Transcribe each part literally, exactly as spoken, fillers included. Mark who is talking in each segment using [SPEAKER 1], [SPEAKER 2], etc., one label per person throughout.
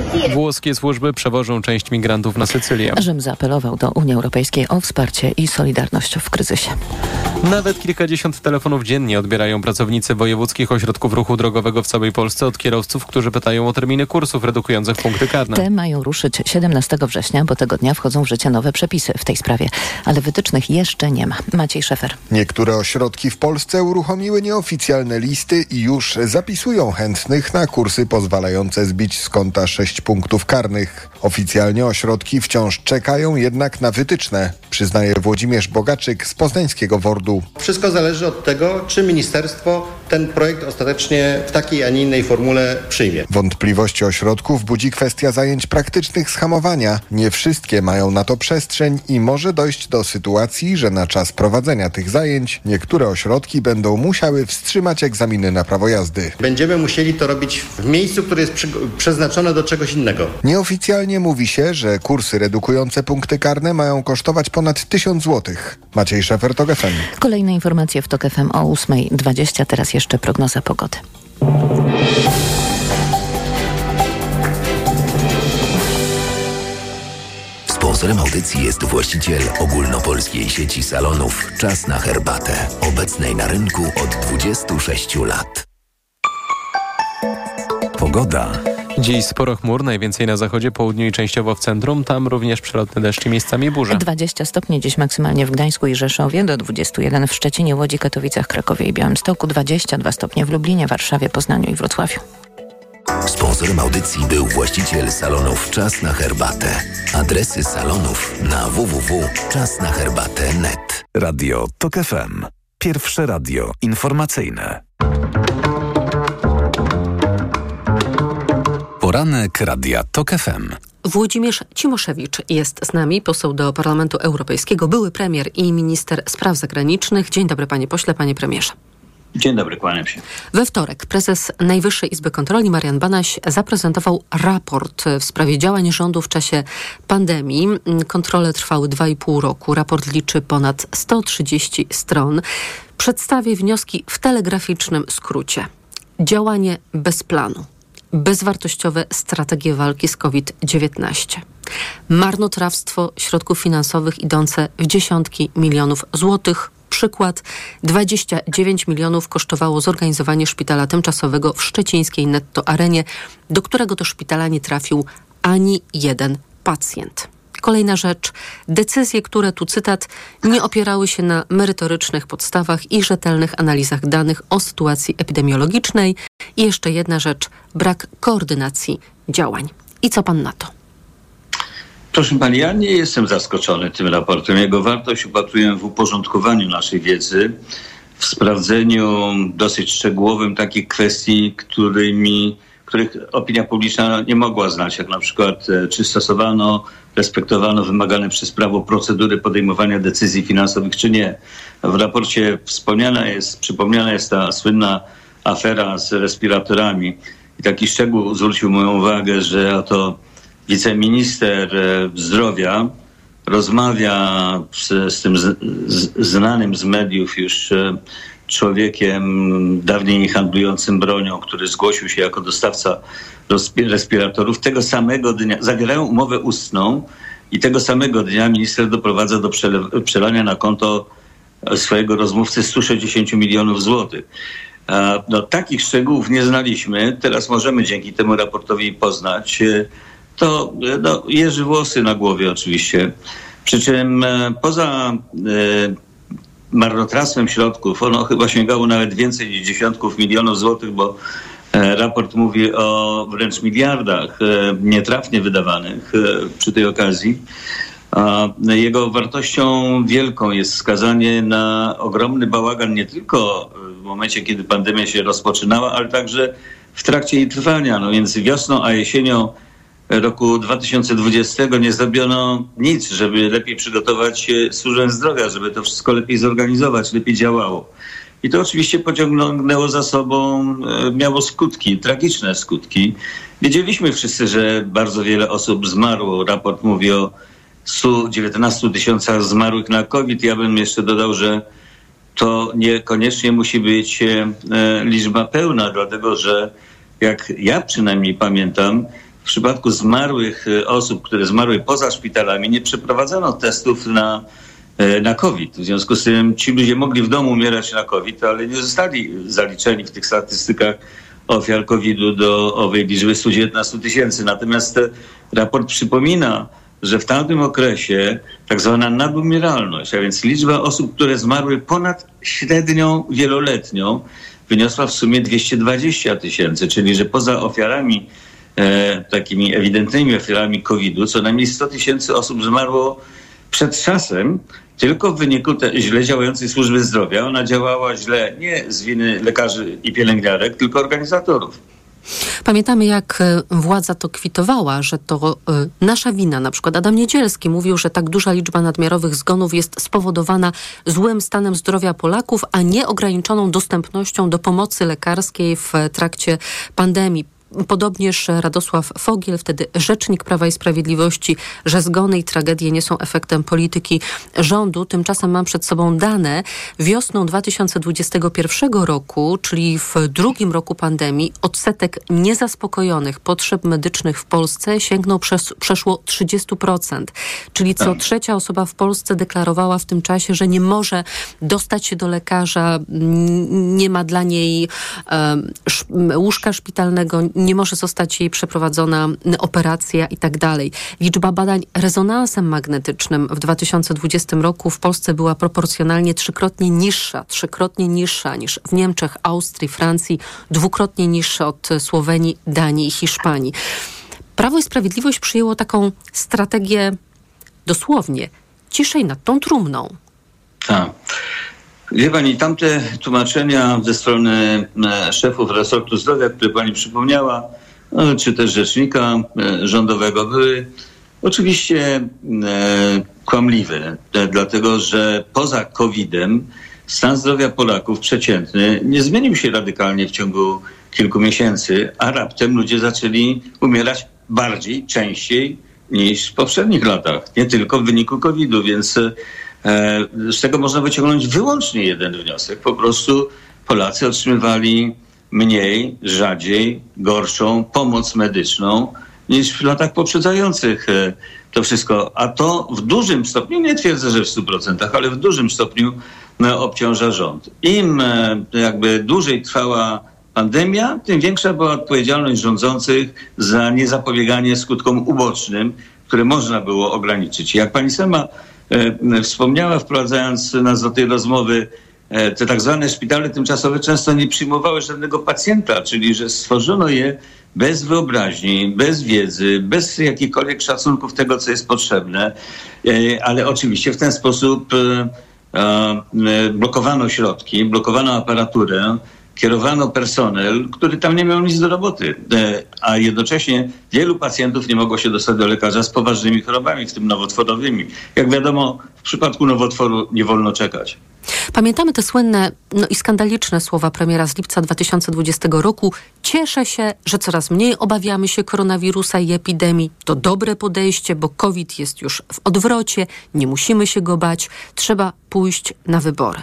[SPEAKER 1] Włoskie służby przewożą część migrantów na Sycylię.
[SPEAKER 2] Rzym zaapelował do Unii Europejskiej o wsparcie i solidarność w kryzysie.
[SPEAKER 1] Nawet kilkadziesiąt telefonów dziennie odbierają pracownicy wojewódzkich ośrodków ruchu drogowego w całej Polsce od kierowców, którzy pytają o terminy kursów redukujących punkty karne.
[SPEAKER 2] Te mają ruszyć siedemnastego września, bo tego dnia wchodzą w życie nowe przepisy w tej sprawie. Ale wytycznych jeszcze nie ma. Maciej Szefer.
[SPEAKER 3] Niektóre ośrodki w Polsce uruchomiły nieoficjalne listy i już zapisują chętnych na kursy pozwalające zbić z konta sześć punktów karnych. Oficjalnie ośrodki wciąż czekają jednak na wytyczne, przyznaje Włodzimierz Bogaczyk z poznańskiego wordu.
[SPEAKER 4] Wszystko zależy od tego, czy ministerstwo ten projekt ostatecznie w takiej, a nie innej formule przyjmie.
[SPEAKER 3] Wątpliwości ośrodków budzi kwestia zajęć praktycznych z hamowania. Nie wszystkie mają na to przestrzeń i może dojść do sytuacji, że na czas prowadzenia tych zajęć niektóre ośrodki będą musiały wstrzymać egzaminy na prawo jazdy.
[SPEAKER 4] Będziemy musieli to robić w miejscu, które jest przy, przeznaczone do czegoś innego.
[SPEAKER 3] Nieoficjalnie mówi się, że kursy redukujące punkty karne mają kosztować ponad tysiąc złotych. Maciej Szefer, TOK F M.
[SPEAKER 2] Kolejne informacje w TOK F M o ósma dwadzieścia. Teraz jeszcze prognoza pogody.
[SPEAKER 5] Sponsorem audycji jest właściciel ogólnopolskiej sieci salonów Czas na herbatę, obecnej na rynku od dwudziestu sześciu lat. Pogoda.
[SPEAKER 1] Dziś sporo chmur, najwięcej na zachodzie, południu i częściowo w centrum. Tam również przelotne deszcze, miejscami burze.
[SPEAKER 2] dwadzieścia stopni dziś maksymalnie w Gdańsku i Rzeszowie, do dwudziestu jeden w Szczecinie, Łodzi, Katowicach, Krakowie i Białymstoku, dwadzieścia dwa stopnie w Lublinie, Warszawie, Poznaniu i Wrocławiu.
[SPEAKER 5] Sponsorem audycji był właściciel salonów Czas na herbatę. Adresy salonów na w w w kropka czas na herbatę kropka net.
[SPEAKER 6] Radio TOK F M. Pierwsze radio informacyjne. Poranek Radia TOK F M.
[SPEAKER 7] Włodzimierz Cimoszewicz jest z nami, poseł do Parlamentu Europejskiego, były premier i minister spraw zagranicznych. Dzień dobry panie pośle, panie premierze.
[SPEAKER 8] Dzień dobry, kłaniam się.
[SPEAKER 7] We wtorek prezes Najwyższej Izby Kontroli Marian Banaś zaprezentował raport w sprawie działań rządu w czasie pandemii. Kontrole trwały dwa i pół roku. Raport liczy ponad sto trzydzieści stron. Przedstawię wnioski w telegraficznym skrócie. Działanie bez planu. Bezwartościowe strategie walki z kowid dziewiętnaście. Marnotrawstwo środków finansowych idące w dziesiątki milionów złotych. Przykład: dwadzieścia dziewięć milionów kosztowało zorganizowanie szpitala tymczasowego w szczecińskiej Netto Arenie, do którego to szpitala nie trafił ani jeden pacjent. Kolejna rzecz. Decyzje, które, tu cytat, nie opierały się na merytorycznych podstawach i rzetelnych analizach danych o sytuacji epidemiologicznej. I jeszcze jedna rzecz. Brak koordynacji działań. I co pan na to?
[SPEAKER 8] Proszę pani, ja nie jestem zaskoczony tym raportem. Jego wartość upatruję w uporządkowaniu naszej wiedzy, w sprawdzeniu dosyć szczegółowym takich kwestii, którymi, których opinia publiczna nie mogła znać, jak na przykład czy stosowano, respektowano wymagane przez prawo procedury podejmowania decyzji finansowych, czy nie. W raporcie wspomniana jest, przypomniana jest ta słynna afera z respiratorami. I taki szczegół zwrócił moją uwagę, że oto wiceminister zdrowia rozmawia z, z tym z, z, znanym z mediów już człowiekiem dawniej handlującym bronią, który zgłosił się jako dostawca respiratorów. Tego samego dnia zawierają umowę ustną i tego samego dnia minister doprowadza do przele- przelania na konto swojego rozmówcy sto sześćdziesiąt milionów złotych. No, takich szczegółów nie znaliśmy. Teraz możemy dzięki temu raportowi poznać. To no, jeży włosy na głowie oczywiście. Przy czym e, poza e, marnotrawstwem środków, ono chyba sięgało nawet więcej niż dziesiątków milionów złotych, bo e, raport mówi o wręcz miliardach e, nietrafnie wydawanych e, przy tej okazji. A jego wartością wielką jest wskazanie na ogromny bałagan nie tylko w momencie, kiedy pandemia się rozpoczynała, ale także w trakcie jej trwania. No więc wiosną, a jesienią roku dwa tysiące dwudziestego nie zrobiono nic, żeby lepiej przygotować służbę zdrowia, żeby to wszystko lepiej zorganizować, lepiej działało. I to oczywiście pociągnęło za sobą, miało skutki, tragiczne skutki. Wiedzieliśmy wszyscy, że bardzo wiele osób zmarło. Raport mówi o stu dziewiętnastu tysiącach zmarłych na COVID. Ja bym jeszcze dodał, że to niekoniecznie musi być liczba pełna, dlatego że jak ja przynajmniej pamiętam, w przypadku zmarłych osób, które zmarły poza szpitalami, nie przeprowadzono testów na, na COVID. W związku z tym ci ludzie mogli w domu umierać na COVID, ale nie zostali zaliczeni w tych statystykach ofiar kowida do owej liczby stu dziewiętnastu tysięcy. Natomiast raport przypomina, że w tamtym okresie tak zwana nadumieralność, a więc liczba osób, które zmarły ponad średnią wieloletnią, wyniosła w sumie dwieście dwadzieścia tysięcy, czyli że poza ofiarami, e, takimi ewidentnymi ofiarami kowida, co najmniej sto tysięcy osób zmarło przed czasem, tylko w wyniku te, źle działającej służby zdrowia. Ona działała źle nie z winy lekarzy i pielęgniarek, tylko organizatorów.
[SPEAKER 7] Pamiętamy, jak władza to kwitowała, że to y, nasza wina. Na przykład Adam Niedzielski mówił, że tak duża liczba nadmiarowych zgonów jest spowodowana złym stanem zdrowia Polaków, a nie ograniczoną dostępnością do pomocy lekarskiej w trakcie pandemii. Podobnież Radosław Fogiel, wtedy rzecznik Prawa i Sprawiedliwości, że zgony i tragedie nie są efektem polityki rządu. Tymczasem mam przed sobą dane. Wiosną dwa tysiące dwudziestego pierwszego roku, czyli w drugim roku pandemii, odsetek niezaspokojonych potrzeb medycznych w Polsce sięgnął przez, przeszło trzydzieści procent. Czyli co trzecia osoba w Polsce deklarowała w tym czasie, że nie może dostać się do lekarza, nie ma dla niej um, sz- łóżka szpitalnego, nie może zostać jej przeprowadzona operacja i tak dalej. Liczba badań rezonansem magnetycznym w dwa tysiące dwudziestym roku w Polsce była proporcjonalnie trzykrotnie niższa, trzykrotnie niższa niż w Niemczech, Austrii, Francji, dwukrotnie niższa od Słowenii, Danii i Hiszpanii. Prawo i Sprawiedliwość przyjęło taką strategię dosłownie ciszej nad tą trumną.
[SPEAKER 8] Tak. Wie pani, tamte tłumaczenia ze strony szefów resortu zdrowia, które pani przypomniała, czy też rzecznika rządowego, były oczywiście kłamliwe, dlatego że poza kowidem stan zdrowia Polaków przeciętny nie zmienił się radykalnie w ciągu kilku miesięcy, a raptem ludzie zaczęli umierać bardziej, częściej niż w poprzednich latach, nie tylko w wyniku kowidu, więc z tego można wyciągnąć wyłącznie jeden wniosek. Po prostu Polacy otrzymywali mniej, rzadziej, gorszą pomoc medyczną niż w latach poprzedzających to wszystko. A to w dużym stopniu, nie twierdzę, że w stu procentach, ale w dużym stopniu obciąża rząd. Im jakby dłużej trwała pandemia, tym większa była odpowiedzialność rządzących za niezapobieganie skutkom ubocznym, które można było ograniczyć. Jak pani sama e, wspomniała, wprowadzając nas do tej rozmowy, e, te tak zwane szpitale tymczasowe często nie przyjmowały żadnego pacjenta, czyli że stworzono je bez wyobraźni, bez wiedzy, bez jakichkolwiek szacunków tego, co jest potrzebne, e, ale oczywiście w ten sposób e, e, blokowano środki, blokowano aparaturę, kierowano personel, który tam nie miał nic do roboty, a jednocześnie wielu pacjentów nie mogło się dostać do lekarza z poważnymi chorobami, w tym nowotworowymi. Jak wiadomo, w przypadku nowotworu nie wolno czekać.
[SPEAKER 7] Pamiętamy te słynne no i skandaliczne słowa premiera z lipca dwa tysiące dwudziestego roku. Cieszę się, że coraz mniej obawiamy się koronawirusa i epidemii. To dobre podejście, bo COVID jest już w odwrocie. Nie musimy się go bać. Trzeba pójść na wybory.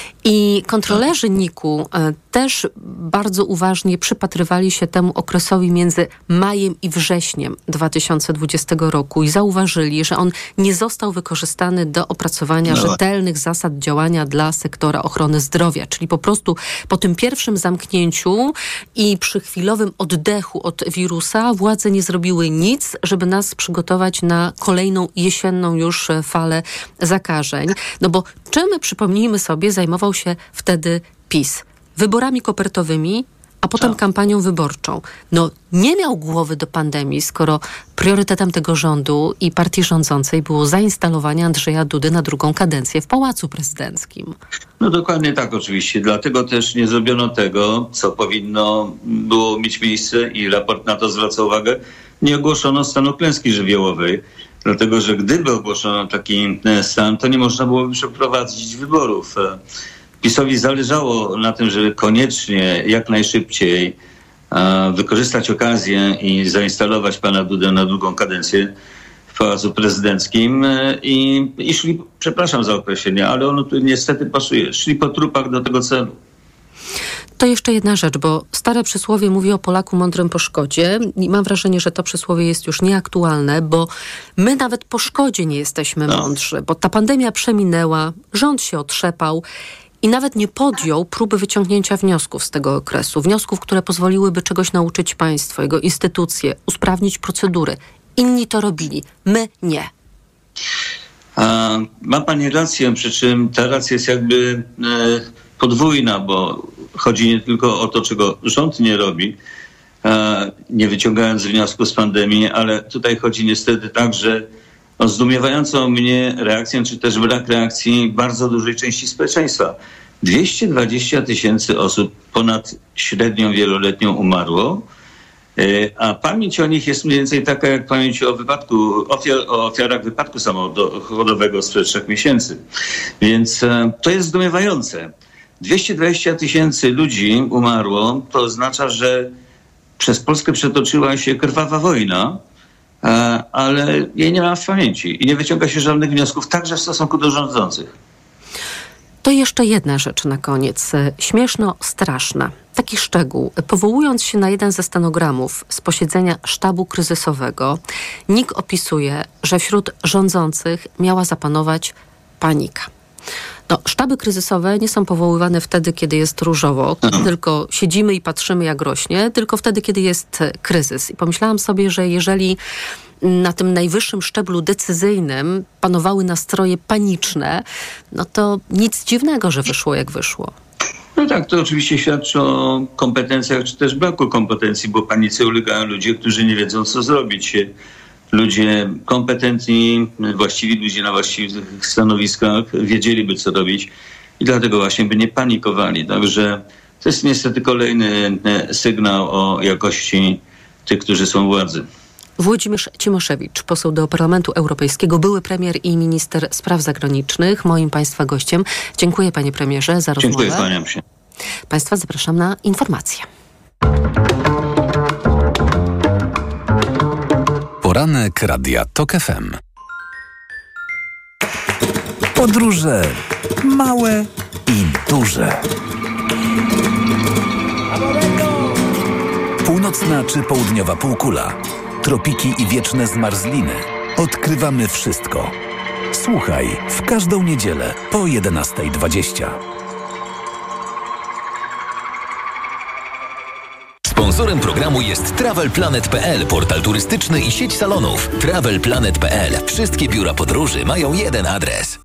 [SPEAKER 7] I kontrolerzy N I K-u e, też bardzo uważnie przypatrywali się temu okresowi między majem i wrześniem dwa tysiące dwudziestego roku i zauważyli, że on nie został wykorzystany do opracowania no. rzetelnych zasad działania dla sektora ochrony zdrowia. Czyli po prostu po tym pierwszym zamknięciu i przy chwilowym oddechu od wirusa władze nie zrobiły nic, żeby nas przygotować na kolejną jesienną już falę zakażeń. No bo czym, przypomnijmy sobie, zajmował się wtedy PiS? Wyborami kopertowymi, a potem tak. kampanią wyborczą. No nie miał głowy do pandemii, skoro priorytetem tego rządu i partii rządzącej było zainstalowanie Andrzeja Dudy na drugą kadencję w Pałacu Prezydenckim.
[SPEAKER 8] No dokładnie tak oczywiście. Dlatego też nie zrobiono tego, co powinno było mieć miejsce i raport na to zwraca uwagę. Nie ogłoszono stanu klęski żywiołowej. Dlatego, że gdyby ogłoszono taki stan, to nie można byłoby przeprowadzić wyborów. PiS-owi zależało na tym, żeby koniecznie, jak najszybciej e, wykorzystać okazję i zainstalować pana Dudę na drugą kadencję w Pałacu Prezydenckim e, i, i szli, przepraszam za określenie, ale ono tu niestety pasuje, szli po trupach do tego celu.
[SPEAKER 7] To jeszcze jedna rzecz, bo stare przysłowie mówi o Polaku mądrym po szkodzie i mam wrażenie, że to przysłowie jest już nieaktualne, bo my nawet po szkodzie nie jesteśmy
[SPEAKER 8] no.
[SPEAKER 7] mądrzy, bo ta pandemia przeminęła, rząd się otrzepał i nawet nie podjął próby wyciągnięcia wniosków z tego okresu. Wniosków, które pozwoliłyby czegoś nauczyć państwo, jego instytucje, usprawnić procedury. Inni to robili, my nie.
[SPEAKER 8] A, ma pani rację, przy czym ta racja jest jakby e, podwójna, bo chodzi nie tylko o to, czego rząd nie robi, e, nie wyciągając wniosków z pandemii, ale tutaj chodzi niestety także o zdumiewającą mnie reakcję, czy też brak reakcji bardzo dużej części społeczeństwa. dwieście dwadzieścia tysięcy osób ponad średnią wieloletnią umarło, a pamięć o nich jest mniej więcej taka jak pamięć o wypadku, ofiar, o ofiarach wypadku samochodowego sprzed trzech miesięcy. Więc e, to jest zdumiewające. dwieście dwadzieścia tysięcy ludzi umarło, to oznacza, że przez Polskę przetoczyła się krwawa wojna, e, ale jej nie ma w pamięci i nie wyciąga się żadnych wniosków, także w stosunku do rządzących.
[SPEAKER 7] To jeszcze jedna rzecz na koniec. Śmieszno straszna. Taki szczegół. Powołując się na jeden ze stenogramów z posiedzenia sztabu kryzysowego, N I K opisuje, że wśród rządzących miała zapanować panika. No, sztaby kryzysowe nie są powoływane wtedy, kiedy jest różowo, mhm. tylko siedzimy i patrzymy, jak rośnie, tylko wtedy, kiedy jest kryzys. I pomyślałam sobie, że jeżeli na tym najwyższym szczeblu decyzyjnym panowały nastroje paniczne, no to nic dziwnego, że wyszło jak wyszło.
[SPEAKER 8] No tak, to oczywiście świadczy o kompetencjach, czy też braku kompetencji, bo panice ulegają ludzie, którzy nie wiedzą, co zrobić. Ludzie kompetentni, właściwi ludzie na właściwych stanowiskach wiedzieliby, co robić i dlatego właśnie by nie panikowali. Także to jest niestety kolejny sygnał o jakości tych, którzy są u władzy.
[SPEAKER 7] Włodzimierz Cimoszewicz, poseł do Parlamentu Europejskiego, były premier i minister spraw zagranicznych, moim państwa gościem. Dziękuję, panie premierze, za rozmowę.
[SPEAKER 8] Dziękuję, kłaniam się.
[SPEAKER 7] Państwa zapraszam na informacje.
[SPEAKER 6] Poranek Radia Tok F M. Podróże małe i duże. Północna czy południowa półkula, tropiki i wieczne zmarzliny. Odkrywamy wszystko. Słuchaj w każdą niedzielę po jedenasta dwadzieścia.
[SPEAKER 5] Sponsorem programu jest Travel Planet kropka p l, portal turystyczny i sieć salonów. Travel Planet kropka p l. Wszystkie biura podróży mają jeden adres.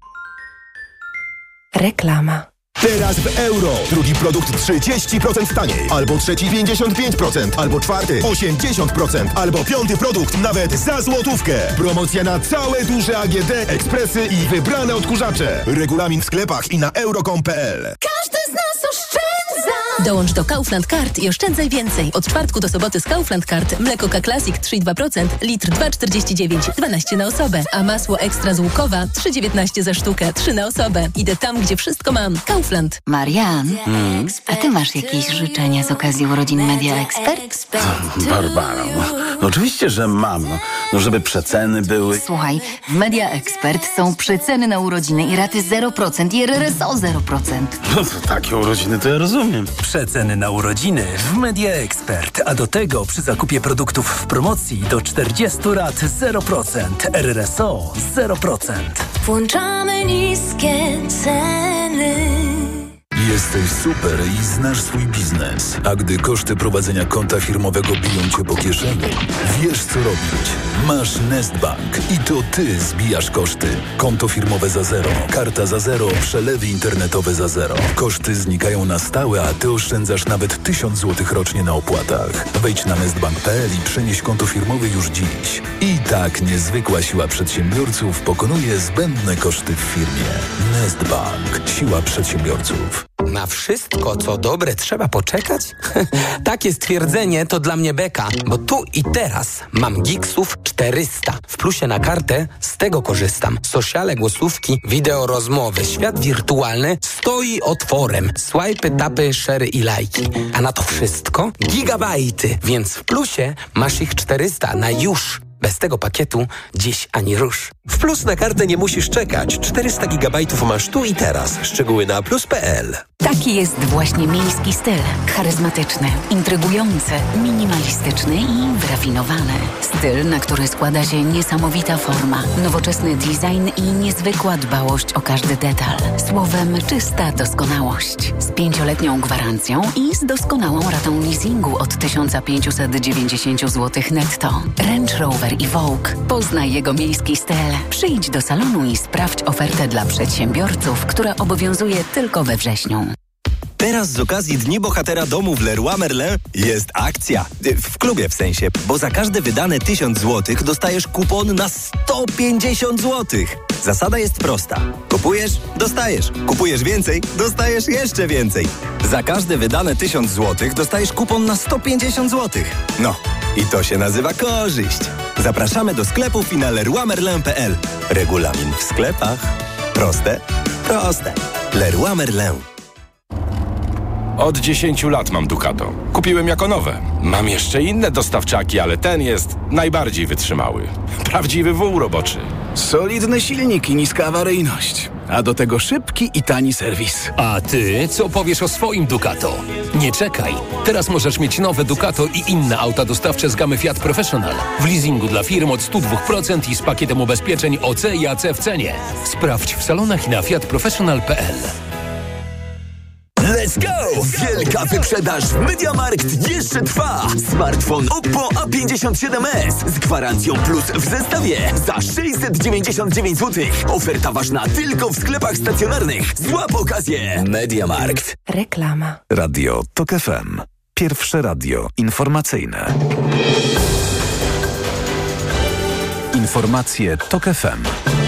[SPEAKER 2] Reklama.
[SPEAKER 9] Teraz w euro. Drugi produkt trzydzieści procent taniej. Albo trzeci pięćdziesiąt pięć procent. Albo czwarty osiemdziesiąt procent. Albo piąty produkt nawet za złotówkę. Promocja na całe duże A G D, ekspresy i wybrane odkurzacze. Regulamin w sklepach i na euro kropka com kropka p l.
[SPEAKER 10] Każdy z nas oszczędza! Dołącz do Kaufland Card i oszczędzaj więcej. Od czwartku do soboty z Kaufland Card mleko K Classic trzy i dwa procent, litr dwa czterdzieści dziewięć, dwanaście na osobę. A masło ekstra z Łukowa trzy dziewiętnaście za sztukę, trzy na osobę. Idę tam, gdzie wszystko mam. Kaufland.
[SPEAKER 11] Marian, hmm? a ty masz jakieś życzenia z okazji urodzin Media Expert?
[SPEAKER 12] Barbara, no, no oczywiście, że mam. No, no żeby przeceny były.
[SPEAKER 11] Słuchaj, w Media Expert są przeceny na urodziny i raty zero procent i R R S O zero procent.
[SPEAKER 12] No to takie urodziny to ja rozumiem.
[SPEAKER 13] Przeceny na urodziny w Media Expert, a do tego przy zakupie produktów w promocji do czterdziestu rat zero procent, R R S O zero procent.
[SPEAKER 10] Włączamy niskie ceny.
[SPEAKER 6] Jesteś super i znasz swój biznes. A gdy koszty prowadzenia konta firmowego biją cię po kieszeni, wiesz co robić. Masz Nestbank i to ty zbijasz koszty. Konto firmowe za zero, karta za zero, przelewy internetowe za zero. Koszty znikają na stałe, a ty oszczędzasz nawet tysiąc złotych rocznie na opłatach. Wejdź na nestbank kropka p l i przenieś konto firmowe już dziś. I tak niezwykła siła przedsiębiorców pokonuje zbędne koszty w firmie. Nestbank. Siła przedsiębiorców.
[SPEAKER 14] Na wszystko, co dobre, trzeba poczekać? Takie stwierdzenie to dla mnie beka, bo tu i teraz mam gigsów czterysta. W plusie na kartę z tego korzystam. Sociale, głosówki, wideo, rozmowy. Świat wirtualny stoi otworem. Swajpy, tapy, szery i lajki. A na to wszystko gigabajty. Więc w plusie masz ich czterysta na już. Bez tego pakietu dziś ani rusz.
[SPEAKER 15] W Plus na kartę nie musisz czekać. czterysta gigabajtów masz tu i teraz. Szczegóły na plus kropka p l.
[SPEAKER 11] Taki jest właśnie miejski styl. Charyzmatyczny, intrygujący, minimalistyczny i wyrafinowany. Styl, na który składa się niesamowita forma, nowoczesny design i niezwykła dbałość o każdy detal. Słowem, czysta doskonałość. Z pięcioletnią gwarancją i z doskonałą ratą leasingu od tysiąc pięćset dziewięćdziesiąt złotych netto. Range Rover i Vogue. Poznaj jego miejski styl. Przyjdź do salonu i sprawdź ofertę dla przedsiębiorców, która obowiązuje tylko we wrześniu.
[SPEAKER 16] Teraz z okazji Dni Bohatera Domu w Leroy Merlin jest akcja. W klubie w sensie, bo za każde wydane tysiąc złotych dostajesz kupon na sto pięćdziesiąt złotych. Zasada jest prosta. Kupujesz, dostajesz. Kupujesz więcej, dostajesz jeszcze więcej. Za każde wydane tysiąc złotych dostajesz kupon na sto pięćdziesiąt złotych. No, i to się nazywa korzyść. Zapraszamy do sklepów i na leroy merlin kropka p l. Regulamin w sklepach. Proste? Proste. Leroy Merlin.
[SPEAKER 17] Od dziesięciu lat mam Ducato. Kupiłem jako nowe. Mam jeszcze inne dostawczaki, ale ten jest najbardziej wytrzymały. Prawdziwy wół roboczy.
[SPEAKER 18] Solidny silnik i niska awaryjność. A do tego szybki i tani serwis.
[SPEAKER 19] A ty co powiesz o swoim Ducato? Nie czekaj. Teraz możesz mieć nowe Ducato i inne auta dostawcze z gamy Fiat Professional. W leasingu dla firm od sto dwa procent i z pakietem ubezpieczeń O C i A C w cenie. Sprawdź w salonach i na fiat professional kropka p l.
[SPEAKER 20] Let's go! Wielka wyprzedaż w MediaMarkt jeszcze trwa! Smartfon Oppo A pięćdziesiąt siedem S z gwarancją plus w zestawie za sześćset dziewięćdziesiąt dziewięć złotych. Oferta ważna tylko w sklepach stacjonarnych. Złap okazję! MediaMarkt.
[SPEAKER 21] Reklama.
[SPEAKER 22] Radio TOK F M. Pierwsze radio informacyjne. Informacje TOK F M.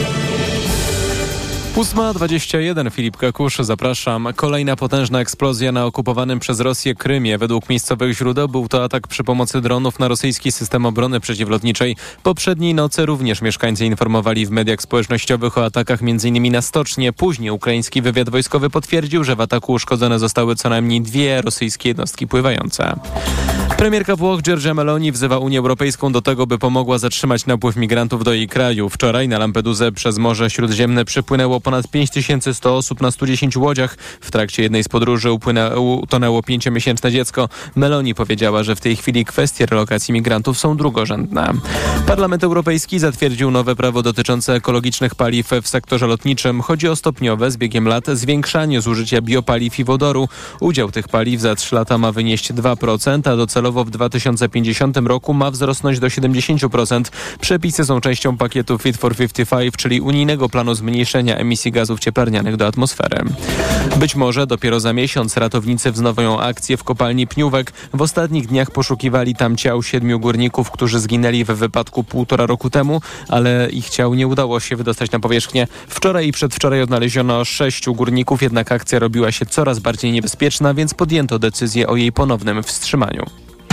[SPEAKER 1] ósma dwadzieścia jeden, Filip Kakusz, zapraszam. Kolejna potężna eksplozja na okupowanym przez Rosję Krymie. Według miejscowych źródeł był to atak przy pomocy dronów na rosyjski system obrony przeciwlotniczej. Poprzedniej nocy również mieszkańcy informowali w mediach społecznościowych o atakach m.in. na stocznię. Później ukraiński wywiad wojskowy potwierdził, że w ataku uszkodzone zostały co najmniej dwie rosyjskie jednostki pływające. Premierka Włoch Giorgia Meloni wzywa Unię Europejską do tego, by pomogła zatrzymać napływ migrantów do jej kraju. Wczoraj na Lampedusę przez Morze Śródziemne przypłynęło ponad pięć tysięcy sto osób na stu dziesięciu łodziach. W trakcie jednej z podróży upłynęło, utonęło pięciomiesięczne dziecko. Meloni powiedziała, że w tej chwili kwestie relokacji migrantów są drugorzędne. Parlament Europejski zatwierdził nowe prawo dotyczące ekologicznych paliw w sektorze lotniczym. Chodzi o stopniowe, z biegiem lat, zwiększanie zużycia biopaliw i wodoru. Udział tych paliw za trzy lata ma wynieść dwa procent, a docelowo w dwa tysiące pięćdziesiątym roku ma wzrosnąć do siedemdziesiąt procent. Przepisy są częścią pakietu Fit for pięćdziesiąt pięć, czyli unijnego planu zmniejszenia emisji gazów cieplarnianych do atmosfery. Być może dopiero za miesiąc ratownicy wznowią akcję w kopalni Pniówek. W ostatnich dniach poszukiwali tam ciał siedmiu górników, którzy zginęli w wypadku półtora roku temu, ale ich ciał nie udało się wydostać na powierzchnię. Wczoraj i przedwczoraj odnaleziono sześciu górników, jednak akcja robiła się coraz bardziej niebezpieczna, więc podjęto decyzję o jej ponownym wstrzymaniu.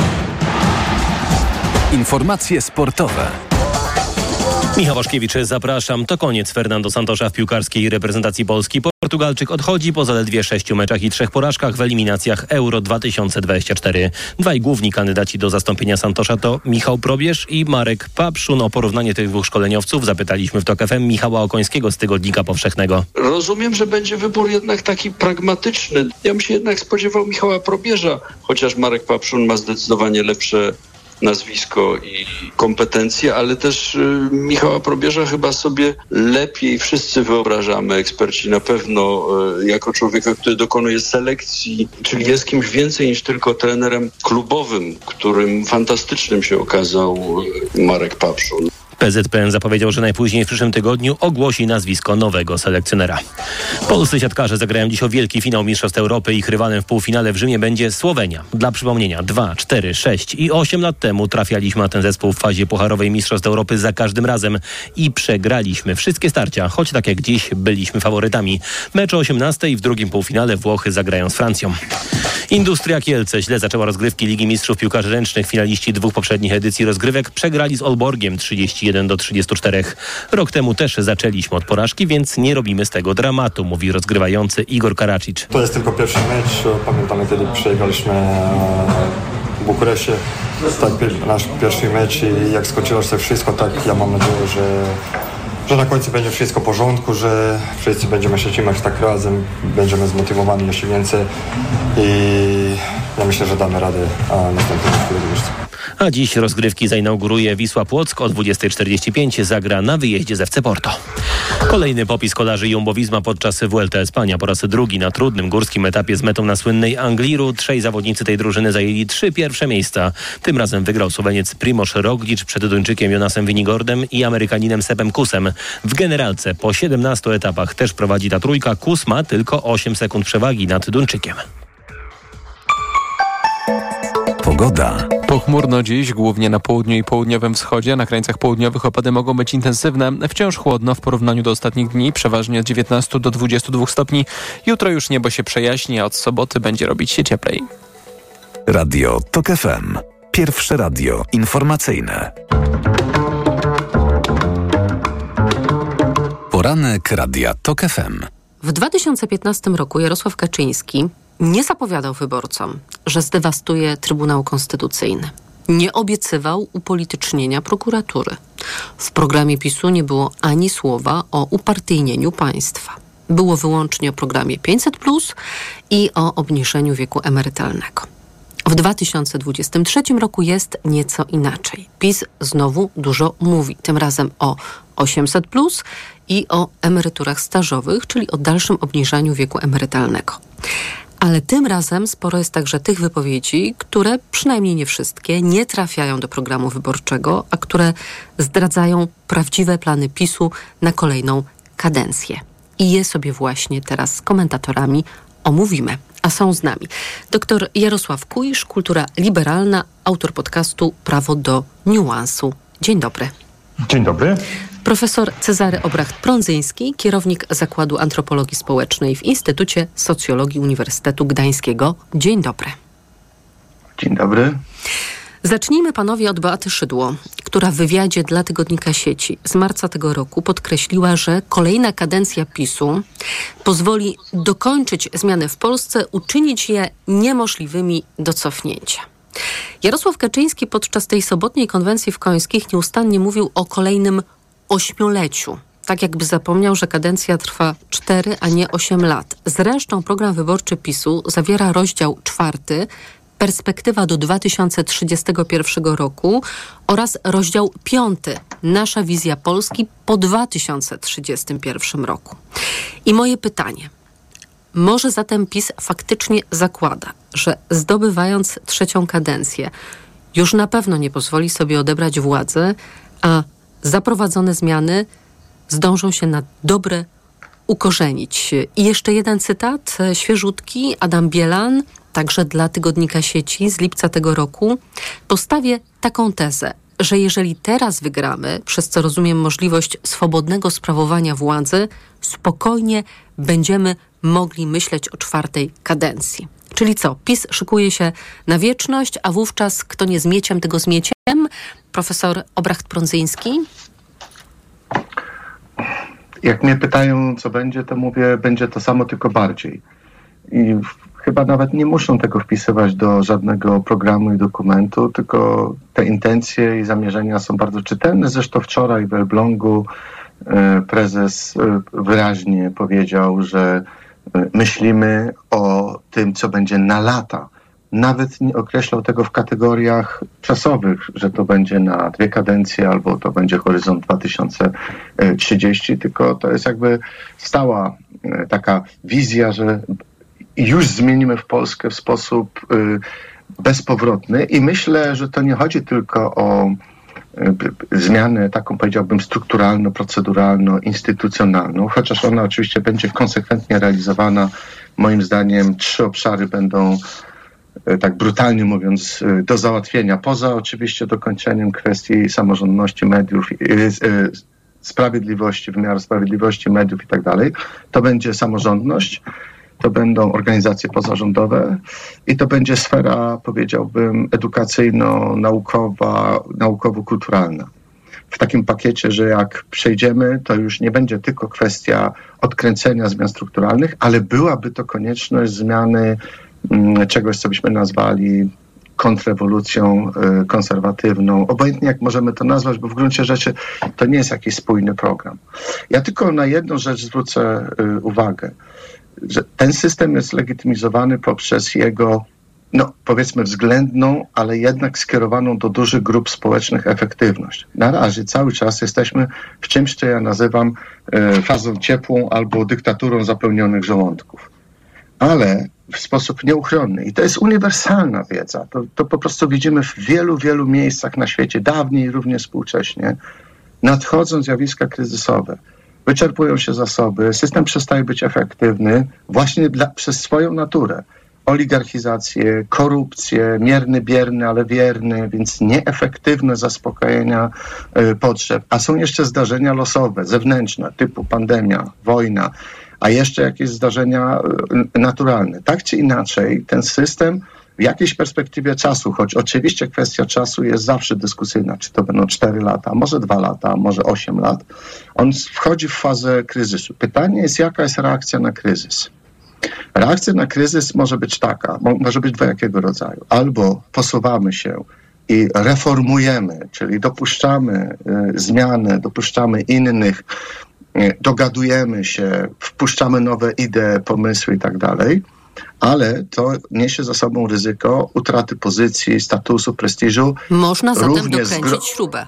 [SPEAKER 22] Informacje sportowe.
[SPEAKER 23] Michał Waszkiewicz, zapraszam. To koniec Fernando Santosza w piłkarskiej reprezentacji Polski. Portugalczyk odchodzi po zaledwie sześciu meczach i trzech porażkach w eliminacjach Euro dwa tysiące dwudziestego czwartego. Dwaj główni kandydaci do zastąpienia Santosza to Michał Probierz i Marek Papszun. O porównanie tych dwóch szkoleniowców zapytaliśmy w TOK F M Michała Okońskiego z Tygodnika Powszechnego.
[SPEAKER 24] Rozumiem, że będzie wybór jednak taki pragmatyczny. Ja bym się jednak spodziewał Michała Probierza, chociaż Marek Papszun ma zdecydowanie lepsze nazwisko i kompetencje, ale też y, Michała Probierza chyba sobie lepiej wszyscy wyobrażamy, eksperci na pewno, y, jako człowieka, który dokonuje selekcji, czyli jest kimś więcej niż tylko trenerem klubowym, którym fantastycznym się okazał y, Marek Papszun.
[SPEAKER 23] P Z P N zapowiedział, że najpóźniej w przyszłym tygodniu ogłosi nazwisko nowego selekcjonera. Polscy siatkarze zagrają dziś o wielki finał Mistrzostw Europy. Ich rywalem w półfinale w Rzymie będzie Słowenia. Dla przypomnienia, dwa, cztery, sześć i osiem lat temu trafialiśmy na ten zespół w fazie pucharowej Mistrzostw Europy za każdym razem i przegraliśmy wszystkie starcia, choć tak jak dziś byliśmy faworytami. Mecz o osiemnastej w drugim półfinale Włochy zagrają z Francją. Industria Kielce źle zaczęła rozgrywki Ligi Mistrzów Piłkarzy Ręcznych. Finaliści dwóch poprzednich edycji rozgrywek przegrali z Olborgiem trzydzieści jeden do trzydziestu czterech. Rok temu też zaczęliśmy od porażki, więc nie robimy z tego dramatu, mówi rozgrywający Igor Karacic.
[SPEAKER 25] To jest tylko pierwszy mecz. Pamiętamy, kiedy przegraliśmy w Bukureszcie
[SPEAKER 3] tak, nasz pierwszy mecz i jak skończyło się wszystko, tak ja mam nadzieję, że, że na końcu będzie wszystko w porządku, że wszyscy będziemy się trzymać tak razem, będziemy zmotywowani jeszcze więcej i ja myślę, że damy radę następnym chwilę.
[SPEAKER 23] A dziś rozgrywki zainauguruje Wisła Płock. O dwudziesta czterdzieści pięć zagra na wyjeździe z F C Porto. Kolejny popis kolarzy Jumbo-Visma podczas Vuelta Espania. Po raz drugi na trudnym górskim etapie z metą na słynnej Angliru. Trzej zawodnicy tej drużyny zajęli trzy pierwsze miejsca. Tym razem wygrał Słoweniec Primoz Roglic przed Duńczykiem Jonasem Vinigordem i Amerykaninem Sebem Kusem. W generalce po siedemnastu etapach też prowadzi ta trójka. Kus ma tylko osiem sekund przewagi nad Duńczykiem.
[SPEAKER 22] Pogoda.
[SPEAKER 1] Pochmurno dziś, głównie na południu i południowym wschodzie. Na krańcach południowych opady mogą być intensywne. Wciąż chłodno w porównaniu do ostatnich dni, przeważnie od dziewiętnastu do dwudziestu dwóch stopni. Jutro już niebo się przejaśni, a od soboty będzie robić się cieplej.
[SPEAKER 22] Radio TOK F M. Pierwsze radio informacyjne. Poranek Radia TOK F M.
[SPEAKER 7] W dwa tysiące piętnastym roku Jarosław Kaczyński nie zapowiadał wyborcom, że zdewastuje Trybunał Konstytucyjny. Nie obiecywał upolitycznienia prokuratury. W programie PiSu nie było ani słowa o upartyjnieniu państwa. Było wyłącznie o programie pięćset plus i o obniżeniu wieku emerytalnego. W dwa tysiące dwudziestym trzecim roku jest nieco inaczej. PiS znowu dużo mówi, tym razem o osiemset plus i o emeryturach stażowych, czyli o dalszym obniżaniu wieku emerytalnego. Ale tym razem sporo jest także tych wypowiedzi, które, przynajmniej nie wszystkie, nie trafiają do programu wyborczego, a które zdradzają prawdziwe plany PiSu na kolejną kadencję. I je sobie właśnie teraz z komentatorami omówimy. A są z nami doktor Jarosław Kuisz, Kultura Liberalna, autor podcastu Prawo do Niuansu. Dzień dobry.
[SPEAKER 4] Dzień dobry.
[SPEAKER 7] Profesor Cezary Obracht-Prądzyński, kierownik Zakładu Antropologii Społecznej w Instytucie Socjologii Uniwersytetu Gdańskiego. Dzień dobry.
[SPEAKER 4] Dzień dobry.
[SPEAKER 7] Zacznijmy panowie od Beaty Szydło, która w wywiadzie dla Tygodnika Sieci z marca tego roku podkreśliła, że kolejna kadencja PiSu pozwoli dokończyć zmiany w Polsce, uczynić je niemożliwymi do cofnięcia. Jarosław Kaczyński podczas tej sobotniej konwencji w Końskich nieustannie mówił o kolejnym ośmioleciu. Tak jakby zapomniał, że kadencja trwa cztery, a nie osiem lat. Zresztą program wyborczy PiSu zawiera rozdział czwarty, Perspektywa do dwa tysiące trzydziestego pierwszego roku oraz rozdział piąty, Nasza wizja Polski po dwa tysiące trzydziestym pierwszym roku. I moje pytanie, może zatem PiS faktycznie zakłada, że zdobywając trzecią kadencję już na pewno nie pozwoli sobie odebrać władzy, a zaprowadzone zmiany zdążą się na dobre ukorzenić. I jeszcze jeden cytat, świeżutki, Adam Bielan, także dla Tygodnika Sieci z lipca tego roku. Postawię taką tezę, że jeżeli teraz wygramy, przez co rozumiem możliwość swobodnego sprawowania władzy, spokojnie będziemy mogli myśleć o czwartej kadencji. Czyli co? PiS szykuje się na wieczność, a wówczas kto nie zmieciem, tego zmieciem? Profesor Obracht-Prądzyński?
[SPEAKER 4] Jak mnie pytają, co będzie, to mówię, będzie to samo, tylko bardziej. I chyba nawet nie muszą tego wpisywać do żadnego programu i dokumentu, tylko te intencje i zamierzenia są bardzo czytelne. Zresztą wczoraj w Elblągu prezes wyraźnie powiedział, że myślimy o tym, co będzie na lata. Nawet nie określał tego w kategoriach czasowych, że to będzie na dwie kadencje albo to będzie horyzont dwa tysiące trzydziesty, tylko to jest jakby stała taka wizja, że już zmienimy w Polskę w sposób bezpowrotny i myślę, że to nie chodzi tylko o zmianę taką, powiedziałbym, strukturalno-proceduralno-instytucjonalną, chociaż ona oczywiście będzie konsekwentnie realizowana. Moim zdaniem trzy obszary będą, tak brutalnie mówiąc, do załatwienia. Poza oczywiście dokończeniem kwestii samorządności mediów, sprawiedliwości, wymiaru sprawiedliwości, mediów i tak dalej. To będzie samorządność, to będą organizacje pozarządowe i to będzie sfera, powiedziałbym, edukacyjno-naukowa, naukowo-kulturalna. W takim pakiecie, że jak przejdziemy, to już nie będzie tylko kwestia odkręcenia zmian strukturalnych, ale byłaby to konieczność zmiany m, czegoś, co byśmy nazwali kontrrewolucją y, konserwatywną, obojętnie jak możemy to nazwać, bo w gruncie rzeczy to nie jest jakiś spójny program. Ja tylko na jedną rzecz zwrócę y, uwagę, że ten system jest legitymizowany poprzez jego, no powiedzmy względną, ale jednak skierowaną do dużych grup społecznych efektywność. Na razie cały czas jesteśmy w czymś, co ja nazywam y, fazą ciepłą albo dyktaturą zapełnionych żołądków. Ale w sposób nieuchronny. I to jest uniwersalna wiedza. To, to po prostu widzimy w wielu, wielu miejscach na świecie, dawniej również współcześnie, nadchodzą zjawiska kryzysowe. Wyczerpują się zasoby, system przestaje być efektywny właśnie dla, przez swoją naturę. Oligarchizację, korupcję, mierny, bierny, ale wierny, więc nieefektywne zaspokojenia y, potrzeb. A są jeszcze zdarzenia losowe, zewnętrzne, typu pandemia, wojna, a jeszcze jakieś zdarzenia naturalne. Tak czy inaczej, ten system w jakiejś perspektywie czasu, choć oczywiście kwestia czasu jest zawsze dyskusyjna, czy to będą cztery lata, może dwa lata, może osiem lat, on wchodzi w fazę kryzysu. Pytanie jest, jaka jest reakcja na kryzys? Reakcja na kryzys może być taka, może być dwojakiego rodzaju. Albo posuwamy się i reformujemy, czyli dopuszczamy y, zmiany, dopuszczamy innych, dogadujemy się, wpuszczamy nowe idee, pomysły i tak dalej, ale to niesie za sobą ryzyko utraty pozycji, statusu, prestiżu.
[SPEAKER 7] Można zatem dokręcić zgro- śrubę.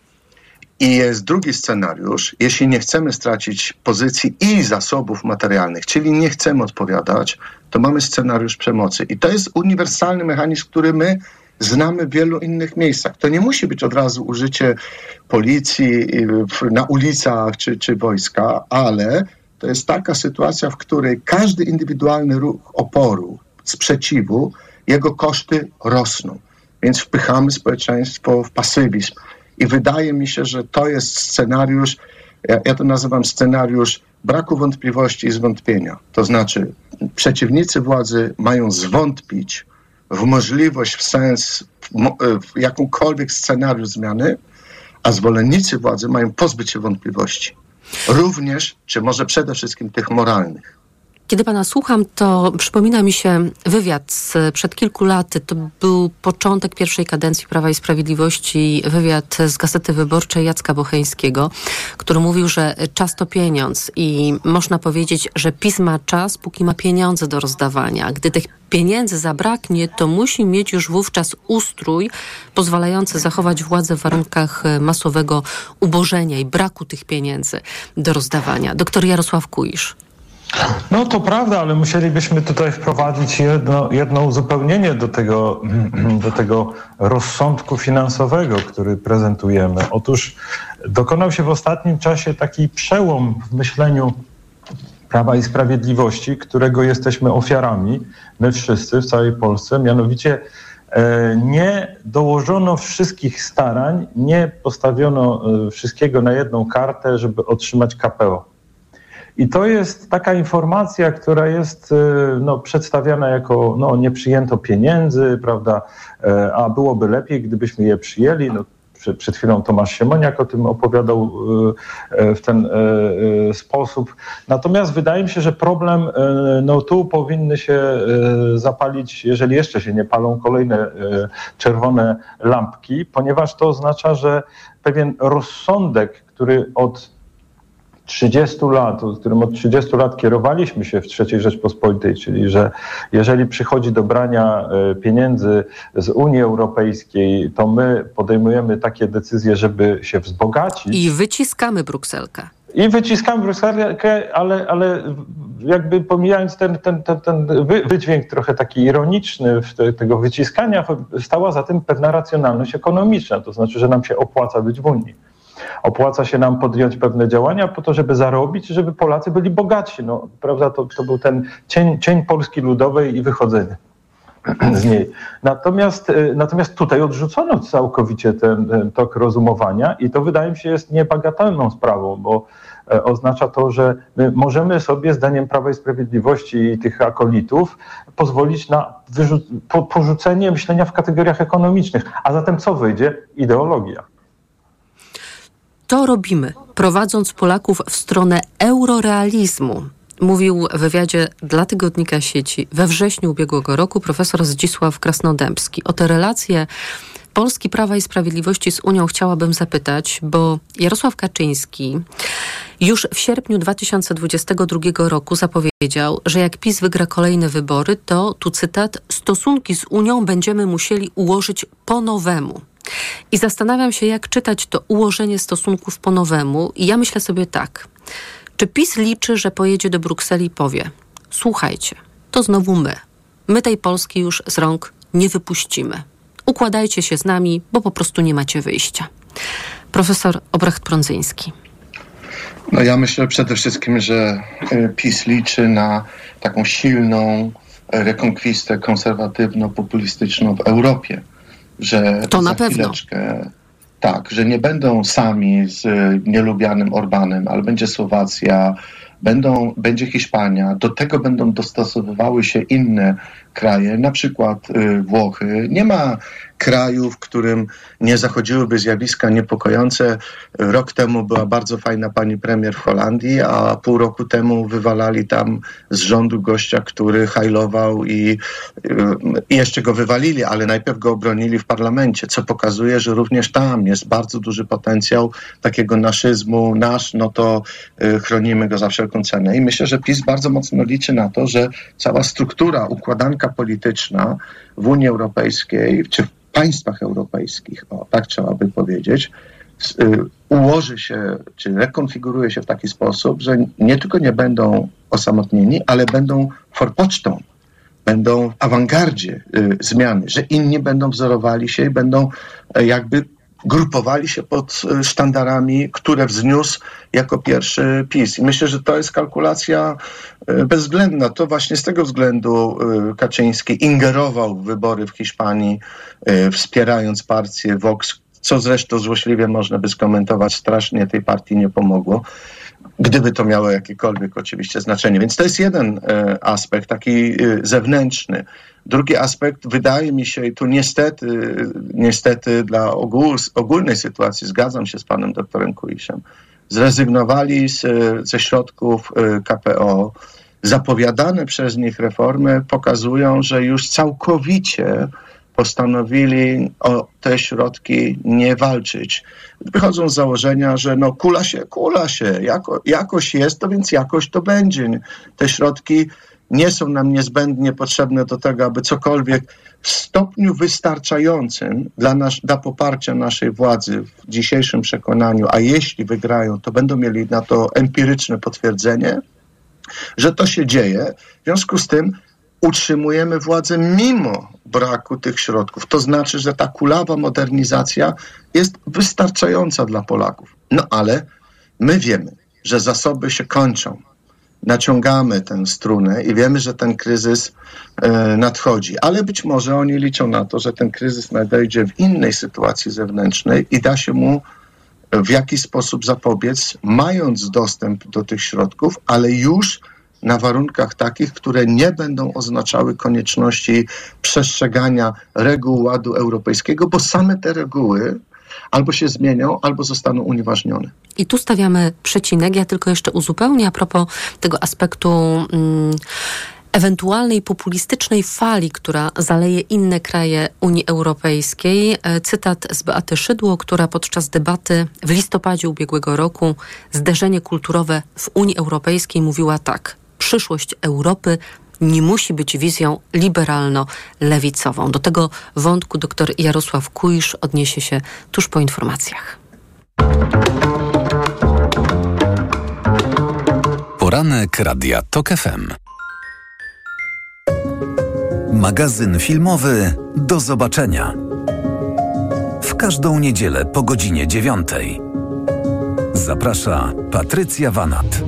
[SPEAKER 4] I jest drugi scenariusz, jeśli nie chcemy stracić pozycji i zasobów materialnych, czyli nie chcemy odpowiadać, to mamy scenariusz przemocy. I to jest uniwersalny mechanizm, który my znamy w wielu innych miejscach. To nie musi być od razu użycie policji na ulicach czy, czy wojska, ale to jest taka sytuacja, w której każdy indywidualny ruch oporu, sprzeciwu, jego koszty rosną. Więc wpychamy społeczeństwo w pasywizm. I wydaje mi się, że to jest scenariusz, ja, ja to nazywam scenariusz braku wątpliwości i zwątpienia. To znaczy przeciwnicy władzy mają zwątpić w możliwość, w sens, w jakąkolwiek scenariusz zmiany, a zwolennicy władzy mają pozbyć się wątpliwości. Również, czy może przede wszystkim tych moralnych.
[SPEAKER 7] Kiedy pana słucham, to przypomina mi się wywiad sprzed kilku lat. To był początek pierwszej kadencji Prawa i Sprawiedliwości, wywiad z Gazety Wyborczej Jacka Bocheńskiego, który mówił, że czas to pieniądz i można powiedzieć, że PiS ma czas, póki ma pieniądze do rozdawania. Gdy tych pieniędzy zabraknie, to musi mieć już wówczas ustrój pozwalający zachować władzę w warunkach masowego ubożenia i braku tych pieniędzy do rozdawania. Doktor Jarosław Kuisz.
[SPEAKER 2] No to prawda, ale musielibyśmy tutaj wprowadzić jedno, jedno uzupełnienie do tego, do tego rozsądku finansowego, który prezentujemy. Otóż dokonał się w ostatnim czasie taki przełom w myśleniu Prawa i Sprawiedliwości, którego jesteśmy ofiarami, my wszyscy w całej Polsce, mianowicie nie dołożono wszystkich starań, nie postawiono wszystkiego na jedną kartę, żeby otrzymać K P O. I to jest taka informacja, która jest no, przedstawiana jako no, nie przyjęto pieniędzy, prawda, a byłoby lepiej, gdybyśmy je przyjęli. No, przed chwilą Tomasz Siemoniak o tym opowiadał w ten sposób. Natomiast wydaje mi się, że problem, no tu powinny się zapalić, jeżeli jeszcze się nie palą, kolejne czerwone lampki, ponieważ to oznacza, że pewien rozsądek, który od trzydziestu lat, którym od trzydziestu lat kierowaliśmy się w trzeciej Rzeczpospolitej, czyli że jeżeli przychodzi do brania pieniędzy z Unii Europejskiej, to my podejmujemy takie decyzje, żeby się wzbogacić.
[SPEAKER 7] I wyciskamy Brukselkę.
[SPEAKER 2] I wyciskamy Brukselkę, ale, ale jakby pomijając ten, ten, ten, ten wydźwięk trochę taki ironiczny w te, tego wyciskania, stała za tym pewna racjonalność ekonomiczna, to znaczy, że nam się opłaca być w Unii. Opłaca się nam podjąć pewne działania po to, żeby zarobić, żeby Polacy byli bogatsi. No, prawda, to, to był ten cień, cień Polski Ludowej i wychodzenie z niej. Natomiast, natomiast tutaj odrzucono całkowicie ten, ten tok rozumowania i to wydaje mi się jest niebagatelną sprawą, bo oznacza to, że my możemy sobie zdaniem Prawa i Sprawiedliwości i tych akolitów pozwolić na wyrzu- po, porzucenie myślenia w kategoriach ekonomicznych. A zatem co wyjdzie? Ideologia.
[SPEAKER 7] To robimy, prowadząc Polaków w stronę eurorealizmu. mówił w wywiadzie dla Tygodnika Sieci we wrześniu ubiegłego roku profesor Zdzisław Krasnodębski. O te relacje Polski Prawa i Sprawiedliwości z Unią chciałabym zapytać, bo Jarosław Kaczyński już w sierpniu dwa tysiące dwudziestego drugiego roku zapowiedział, że jak PiS wygra kolejne wybory, to, tu cytat, stosunki z Unią będziemy musieli ułożyć po nowemu. I zastanawiam się, jak czytać to ułożenie stosunków po nowemu. I ja myślę sobie tak. Czy PiS liczy, że pojedzie do Brukseli i powie: słuchajcie, to znowu my. My tej Polski już z rąk nie wypuścimy. Układajcie się z nami, bo po prostu nie macie wyjścia. Profesor Obrecht-Prądzyński.
[SPEAKER 4] No ja myślę przede wszystkim, że PiS liczy na taką silną rekonkwistę konserwatywno-populistyczną w Europie. Że
[SPEAKER 7] to na
[SPEAKER 4] za
[SPEAKER 7] pewno.
[SPEAKER 4] Chwileczkę, tak, że nie będą sami z nielubianym Orbanem, ale będzie Słowacja, będą, będzie Hiszpania, do tego będą dostosowywały się inne kraje, na przykład y, Włochy. Nie ma kraju, w którym nie zachodziłyby zjawiska niepokojące. Rok temu była bardzo fajna pani premier w Holandii, a pół roku temu wywalali tam z rządu gościa, który hajlował i, i jeszcze go wywalili, ale najpierw go obronili w parlamencie, co pokazuje, że również tam jest bardzo duży potencjał takiego naszyzmu. Nasz, no to y, chronimy go za wszelką cenę. I myślę, że PiS bardzo mocno liczy na to, że cała struktura, układanka polityczna w Unii Europejskiej, czy w państwach europejskich, o, tak trzeba by powiedzieć, y, ułoży się, czy rekonfiguruje się w taki sposób, że nie tylko nie będą osamotnieni, ale będą forpocztą, będą w awangardzie y, zmiany, że inni będą wzorowali się i będą y, jakby grupowali się pod sztandarami, które wzniósł jako pierwszy PiS. I myślę, że to jest kalkulacja bezwzględna. To właśnie z tego względu Kaczyński ingerował w wybory w Hiszpanii, wspierając partię Vox, co zresztą złośliwie można by skomentować, strasznie tej partii nie pomogło, gdyby to miało jakiekolwiek oczywiście znaczenie. Więc to jest jeden e, aspekt, taki e, zewnętrzny. Drugi aspekt, wydaje mi się, i tu niestety, niestety dla ogół, ogólnej sytuacji, zgadzam się z panem doktorem Kuiszem, zrezygnowali z, ze środków e, K P O. Zapowiadane przez nich reformy pokazują, że już całkowicie postanowili o te środki nie walczyć. Wychodzą z założenia, że no kula się, kula się, jako, jakoś jest to, więc jakoś to będzie. Te środki nie są nam niezbędnie potrzebne do tego, aby cokolwiek w stopniu wystarczającym dla, nas, dla poparcia naszej władzy w dzisiejszym przekonaniu, a jeśli wygrają, to będą mieli na to empiryczne potwierdzenie, że to się dzieje. W związku z tym utrzymujemy władzę mimo braku tych środków. To znaczy, że ta kulawa modernizacja jest wystarczająca dla Polaków. No ale my wiemy, że zasoby się kończą. Naciągamy tę strunę i wiemy, że ten kryzys e, nadchodzi. Ale być może oni liczą na to, że ten kryzys nadejdzie w innej sytuacji zewnętrznej i da się mu w jakiś sposób zapobiec, mając dostęp do tych środków, ale już na warunkach takich, które nie będą oznaczały konieczności przestrzegania reguł ładu europejskiego, bo same te reguły albo się zmienią, albo zostaną unieważnione.
[SPEAKER 7] I tu stawiamy przecinek. Ja tylko jeszcze uzupełnię a propos tego aspektu mm, ewentualnej populistycznej fali, która zaleje inne kraje Unii Europejskiej. Cytat z Beaty Szydło, która podczas debaty w listopadzie ubiegłego roku Zderzenie kulturowe w Unii Europejskiej mówiła tak: przyszłość Europy nie musi być wizją liberalno-lewicową. Do tego wątku dr Jarosław Kuisz odniesie się tuż po informacjach.
[SPEAKER 22] Poranek Radia Tok F M. Magazyn filmowy Do zobaczenia. W każdą niedzielę po godzinie dziewiątej. Zaprasza Patrycja Wanat.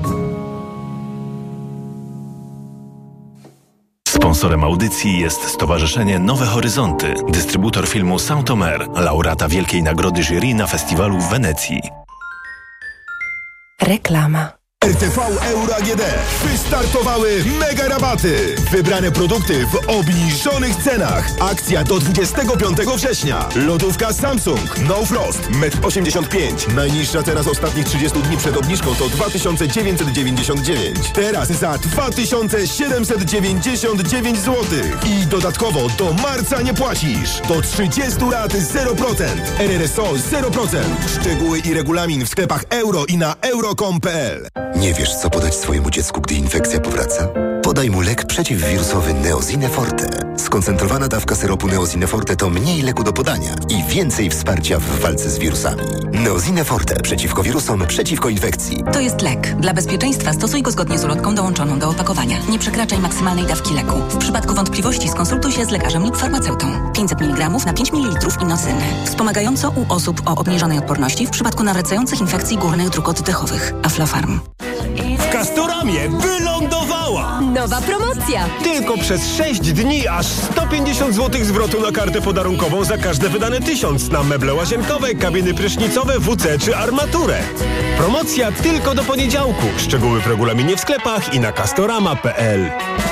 [SPEAKER 5] Sponsorem audycji jest Stowarzyszenie Nowe Horyzonty, dystrybutor filmu Saint-Omer, laureata Wielkiej Nagrody Jury na festiwalu w Wenecji.
[SPEAKER 8] Reklama. R T V Euro A G D. Wystartowały mega rabaty. Wybrane produkty w obniżonych cenach. Akcja do dwudziestego piątego września. Lodówka Samsung No Frost metr osiemdziesiąt pięć. Najniższa cena z ostatnich trzydziestu dni przed obniżką to dwa tysiące dziewięćset dziewięćdziesiąt dziewięć. Teraz za dwa tysiące siedemset dziewięćdziesiąt dziewięć złotych. I dodatkowo do marca nie płacisz. Do trzydziestu lat zero procent. R R S O zero procent. Szczegóły i regulamin w sklepach euro i na euro kropka com kropka p l.
[SPEAKER 9] Nie wiesz, co podać swojemu dziecku, gdy infekcja powraca? Podaj mu lek przeciwwirusowy Neosine Forte. Skoncentrowana dawka syropu Neosine Forte to mniej leku do podania i więcej wsparcia w walce z wirusami. Neosine Forte. Przeciwko wirusom, przeciwko infekcji.
[SPEAKER 12] To jest lek. Dla bezpieczeństwa stosuj go zgodnie z ulotką dołączoną do opakowania. Nie przekraczaj maksymalnej dawki leku. W przypadku wątpliwości skonsultuj się z lekarzem lub farmaceutą. pięćset miligramów na pięć mililitrów inocyny. Wspomagająco u osób o obniżonej odporności w przypadku nawracających infekcji górnych dróg oddechowych. Aflofarm.
[SPEAKER 8] W Castoramie wylądowała!
[SPEAKER 10] Nowa promocja!
[SPEAKER 8] Tylko przez sześć dni aż sto pięćdziesiąt złotych zwrotu na kartę podarunkową za każde wydane tysiąc na meble łazienkowe, kabiny prysznicowe, W C czy armaturę. Promocja tylko do poniedziałku. Szczegóły w regulaminie w sklepach i na castorama kropka p l.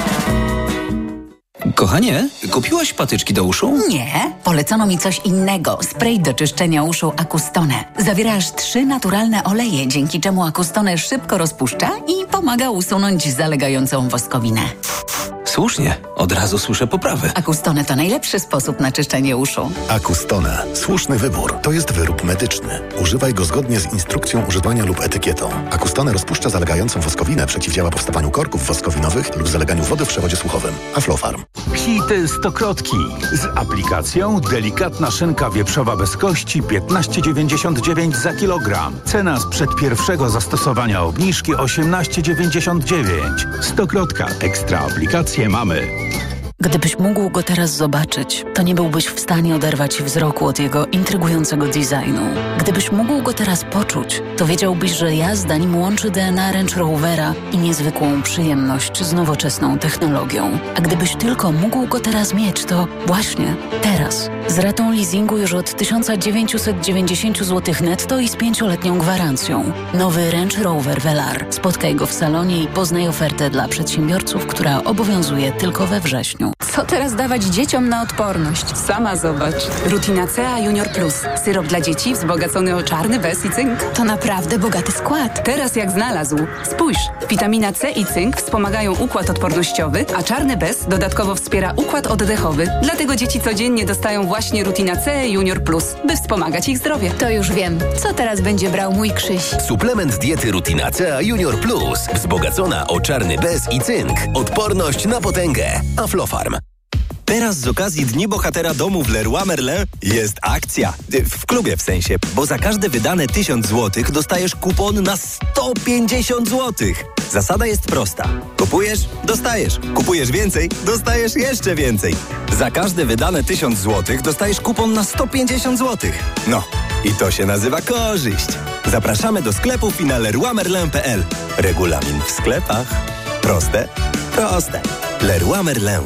[SPEAKER 13] Kochanie, kupiłaś patyczki do uszu?
[SPEAKER 12] Nie, polecono mi coś innego. Spray do czyszczenia uszu Acustone. Zawiera aż trzy naturalne oleje, dzięki czemu Acustone szybko rozpuszcza i pomaga usunąć zalegającą woskowinę.
[SPEAKER 13] Słusznie, od razu słyszę poprawę.
[SPEAKER 12] Acustone to najlepszy sposób na czyszczenie uszu.
[SPEAKER 21] Acustone. Słuszny wybór. To jest wyrób medyczny. Używaj go zgodnie z instrukcją używania lub etykietą. Acustone rozpuszcza zalegającą woskowinę, przeciwdziała powstawaniu korków woskowinowych lub zaleganiu wody w przewodzie słuchowym. Aflofarm.
[SPEAKER 25] Hity stokrotki. Z aplikacją delikatna szynka wieprzowa bez kości piętnaście dziewięćdziesiąt dziewięć za kilogram. Cena sprzed pierwszego zastosowania obniżki osiemnaście dziewięćdziesiąt dziewięć. Stokrotka. Ekstra aplikację mamy.
[SPEAKER 26] Gdybyś mógł go teraz zobaczyć, to nie byłbyś w stanie oderwać wzroku od jego intrygującego designu. Gdybyś mógł go teraz poczuć, to wiedziałbyś, że jazda nim łączy D N A Range Rovera i niezwykłą przyjemność z nowoczesną technologią. A gdybyś tylko mógł go teraz mieć, to właśnie teraz. Z ratą leasingu już od tysiąc dziewięćset dziewięćdziesiąt złotych netto i z pięcioletnią gwarancją. Nowy Range Rover Velar. Spotkaj go w salonie i poznaj ofertę dla przedsiębiorców, która obowiązuje tylko we wrześniu.
[SPEAKER 27] Co teraz dawać dzieciom na odporność? Sama zobacz. Rutina C A Junior Plus. Syrop dla dzieci wzbogacony o czarny bez i cynk. To naprawdę bogaty skład. Teraz jak znalazł. Spójrz, witamina C i cynk wspomagają układ odpornościowy, a czarny bez dodatkowo wspiera układ oddechowy. Dlatego dzieci codziennie dostają właśnie Rutina C Junior Plus, by wspomagać ich zdrowie. To już wiem. Co teraz będzie brał mój Krzyś?
[SPEAKER 15] Suplement diety Rutina C A Junior Plus. Wzbogacona o czarny bez i cynk. Odporność na potęgę. Aflofarm.
[SPEAKER 16] Teraz z okazji Dni Bohatera domu w Leroy Merlin jest akcja. W klubie w sensie, bo za każde wydane tysiąc złotych dostajesz kupon na sto pięćdziesiąt złotych. Zasada jest prosta. Kupujesz, dostajesz. Kupujesz więcej, dostajesz jeszcze więcej. Za każde wydane tysiąc złotych dostajesz kupon na sto pięćdziesiąt złotych. No, i to się nazywa korzyść. Zapraszamy do sklepów i na leroy merlin kropka p l. Regulamin w sklepach. Proste? Proste. Leroy Merlin.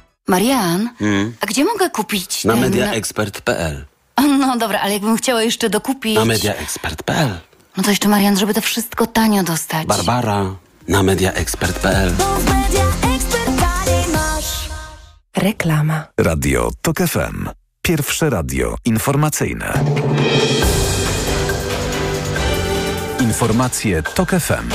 [SPEAKER 28] Marian,
[SPEAKER 14] Hmm?
[SPEAKER 28] a gdzie mogę kupić
[SPEAKER 14] Na
[SPEAKER 28] ten...
[SPEAKER 14] mediaexpert kropka p l.
[SPEAKER 28] No dobra, ale jakbym chciała jeszcze dokupić...
[SPEAKER 14] Na mediaexpert kropka p l.
[SPEAKER 28] No to jeszcze, Marian, żeby to wszystko tanio dostać.
[SPEAKER 14] Barbara, na mediaexpert kropka p l.
[SPEAKER 6] Reklama.
[SPEAKER 22] Radio TOK F M. Pierwsze radio informacyjne. Informacje TOK F M.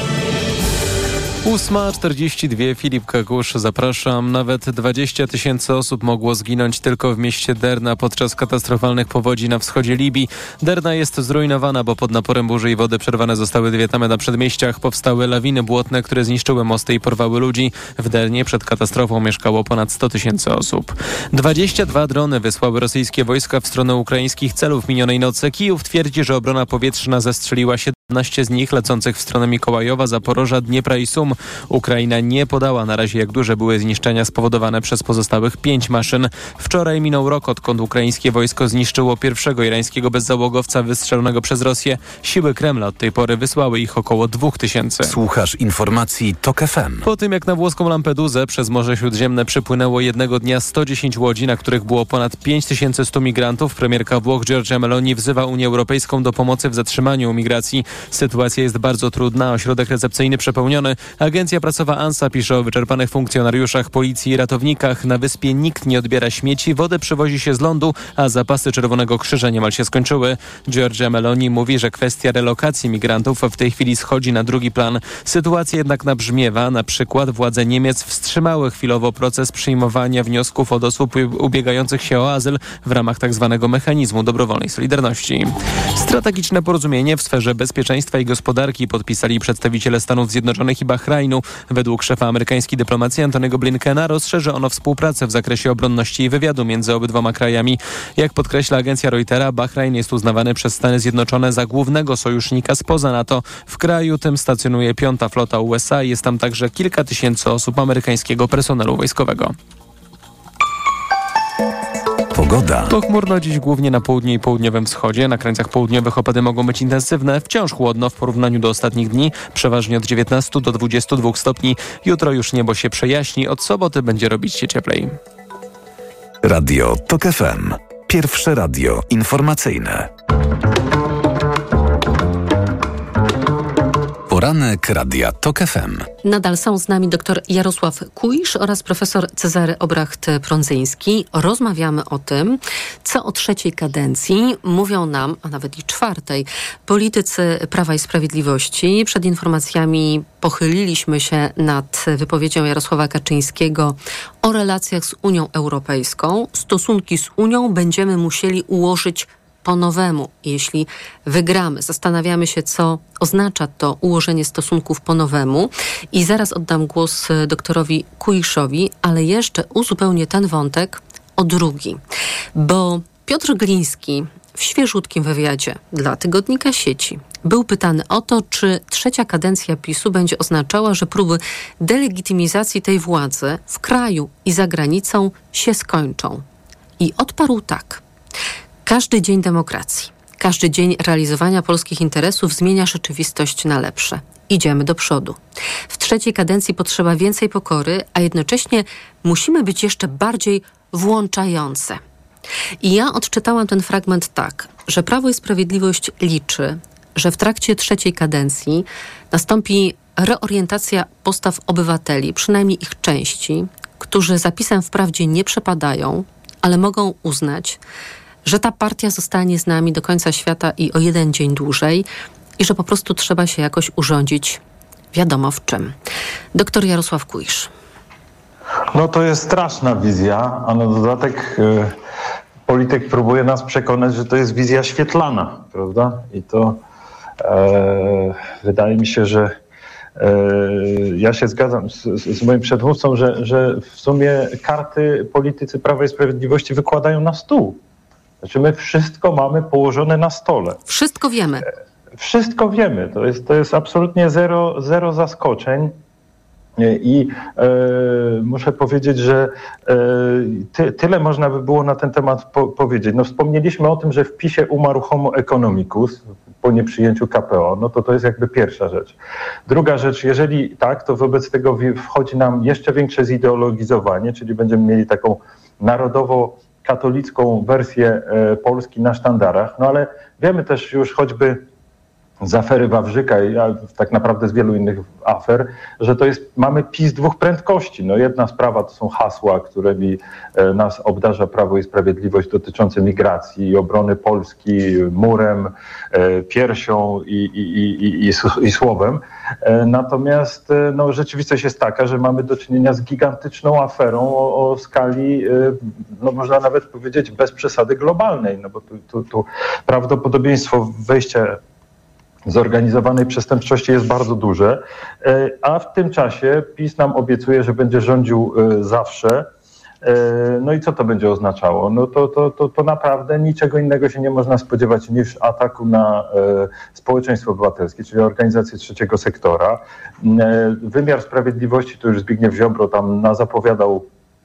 [SPEAKER 1] ósma czterdzieści dwa, Filip Kakusz, zapraszam. Nawet dwadzieścia tysięcy osób mogło zginąć tylko w mieście Derna podczas katastrofalnych powodzi na wschodzie Libii. Derna jest zrujnowana, bo pod naporem burzy i wody przerwane zostały dwie tamy na przedmieściach. Powstały lawiny błotne, które zniszczyły mosty i porwały ludzi. W Dernie przed katastrofą mieszkało ponad sto tysięcy osób. dwadzieścia dwa drony wysłały rosyjskie wojska w stronę ukraińskich celów minionej nocy. Kijów twierdzi, że obrona powietrzna zestrzeliła siedemnaście z nich lecących w stronę Mikołajowa, Zaporoża, Dniepra i Sum. Ukraina nie podała na razie, jak duże były zniszczenia spowodowane przez pozostałych pięć maszyn. Wczoraj minął rok, odkąd ukraińskie wojsko zniszczyło pierwszego irańskiego bezzałogowca wystrzelonego przez Rosję. Siły Kremla od tej pory wysłały ich około dwóch tysięcy.
[SPEAKER 22] Słuchasz informacji TOK F M.
[SPEAKER 1] Po tym, jak na włoską Lampedusę przez Morze Śródziemne przypłynęło jednego dnia sto dziesięć łodzi, na których było ponad pięć tysięcy sto migrantów, premierka Włoch Giorgia Meloni wzywa Unię Europejską do pomocy w zatrzymaniu migracji. Sytuacja jest bardzo trudna, ośrodek recepcyjny przepełniony. Agencja prasowa ANSA pisze o wyczerpanych funkcjonariuszach policji i ratownikach. Na wyspie nikt nie odbiera śmieci, wodę przywozi się z lądu, a zapasy Czerwonego Krzyża niemal się skończyły. Giorgia Meloni mówi, że kwestia relokacji migrantów w tej chwili schodzi na drugi plan. Sytuacja jednak nabrzmiewa. Na przykład władze Niemiec wstrzymały chwilowo proces przyjmowania wniosków od osób ubiegających się o azyl w ramach tzw. mechanizmu dobrowolnej solidarności. Strategiczne porozumienie w sferze bezpieczeństwa i gospodarki podpisali przedstawiciele Stanów Zjednoczonych i Bahrajnu. Według szefa amerykańskiej dyplomacji Antony'ego Blinkena rozszerzy ono współpracę w zakresie obronności i wywiadu między obydwoma krajami. Jak podkreśla agencja Reutera, Bahrajn jest uznawany przez Stany Zjednoczone za głównego sojusznika spoza NATO. W kraju tym stacjonuje piąta flota U S A i jest tam także kilka tysięcy osób amerykańskiego personelu wojskowego.
[SPEAKER 22] Pogoda.
[SPEAKER 1] Pochmurno dziś głównie na południu i południowym wschodzie. Na krańcach południowych opady mogą być intensywne. Wciąż chłodno w porównaniu do ostatnich dni. Przeważnie od dziewiętnastu do dwudziestu dwóch stopni. Jutro już niebo się przejaśni. Od soboty będzie robić się cieplej.
[SPEAKER 22] Radio TOK F M. Pierwsze radio informacyjne. Poranek Radia TOK F M.
[SPEAKER 7] Nadal są z nami dr Jarosław Kuisz oraz profesor Cezary Obracht-Prądzyński. Rozmawiamy o tym, co o trzeciej kadencji mówią nam, a nawet i czwartej, politycy Prawa i Sprawiedliwości. Przed informacjami pochyliliśmy się nad wypowiedzią Jarosława Kaczyńskiego o relacjach z Unią Europejską. Stosunki z Unią będziemy musieli ułożyć po nowemu. Jeśli wygramy, zastanawiamy się, co oznacza to ułożenie stosunków po nowemu. I zaraz oddam głos doktorowi Kuiszowi, ale jeszcze uzupełnię ten wątek o drugi. Bo Piotr Gliński w świeżutkim wywiadzie dla tygodnika Sieci był pytany o to, czy trzecia kadencja PiSu będzie oznaczała, że próby delegitymizacji tej władzy w kraju i za granicą się skończą. I odparł tak. Każdy dzień demokracji, każdy dzień realizowania polskich interesów zmienia rzeczywistość na lepsze. Idziemy do przodu. W trzeciej kadencji potrzeba więcej pokory, a jednocześnie musimy być jeszcze bardziej włączające. I ja odczytałam ten fragment tak, że Prawo i Sprawiedliwość liczy, że w trakcie trzeciej kadencji nastąpi reorientacja postaw obywateli, przynajmniej ich części, którzy zapisem wprawdzie nie przepadają, ale mogą uznać, że ta partia zostanie z nami do końca świata i o jeden dzień dłużej i że po prostu trzeba się jakoś urządzić wiadomo w czym. Doktor Jarosław Kuisz.
[SPEAKER 2] No to jest straszna wizja, a na dodatek y, polityk próbuje nas przekonać, że to jest wizja świetlana, prawda? I to e, wydaje mi się, że e, ja się zgadzam z, z moim przedmówcą, że, że w sumie karty politycy Prawa i Sprawiedliwości wykładają na stół. Znaczy my wszystko mamy położone na stole.
[SPEAKER 7] Wszystko wiemy.
[SPEAKER 2] Wszystko wiemy. To jest, to jest absolutnie zero, zero zaskoczeń. I e, muszę powiedzieć, że e, ty, tyle można by było na ten temat po, powiedzieć. No, wspomnieliśmy o tym, że w PiSie umarł homo economicus po nieprzyjęciu K P O. No to to jest jakby pierwsza rzecz. Druga rzecz, jeżeli tak, to wobec tego wchodzi nam jeszcze większe zideologizowanie, czyli będziemy mieli taką narodowo-katolicką wersję e, Polski na sztandarach. No ale wiemy też już choćby z afery Wawrzyka i tak naprawdę z wielu innych afer, że to jest, mamy PiS dwóch prędkości. No jedna sprawa to są hasła, którymi nas obdarza Prawo i Sprawiedliwość dotyczące migracji i obrony Polski murem, piersią i, i, i, i, i słowem. Natomiast no, rzeczywistość jest taka, że mamy do czynienia z gigantyczną aferą o, o skali, no można nawet powiedzieć bez przesady globalnej, no bo tu, tu, tu prawdopodobieństwo wejścia zorganizowanej przestępczości jest bardzo duże, a w tym czasie PiS nam obiecuje, że będzie rządził zawsze. No i co to będzie oznaczało? No to, to, to, to naprawdę niczego innego się nie można spodziewać niż ataku na społeczeństwo obywatelskie, czyli organizacje trzeciego sektora. Wymiar sprawiedliwości, to już Zbigniew Ziobro tam zapowiadał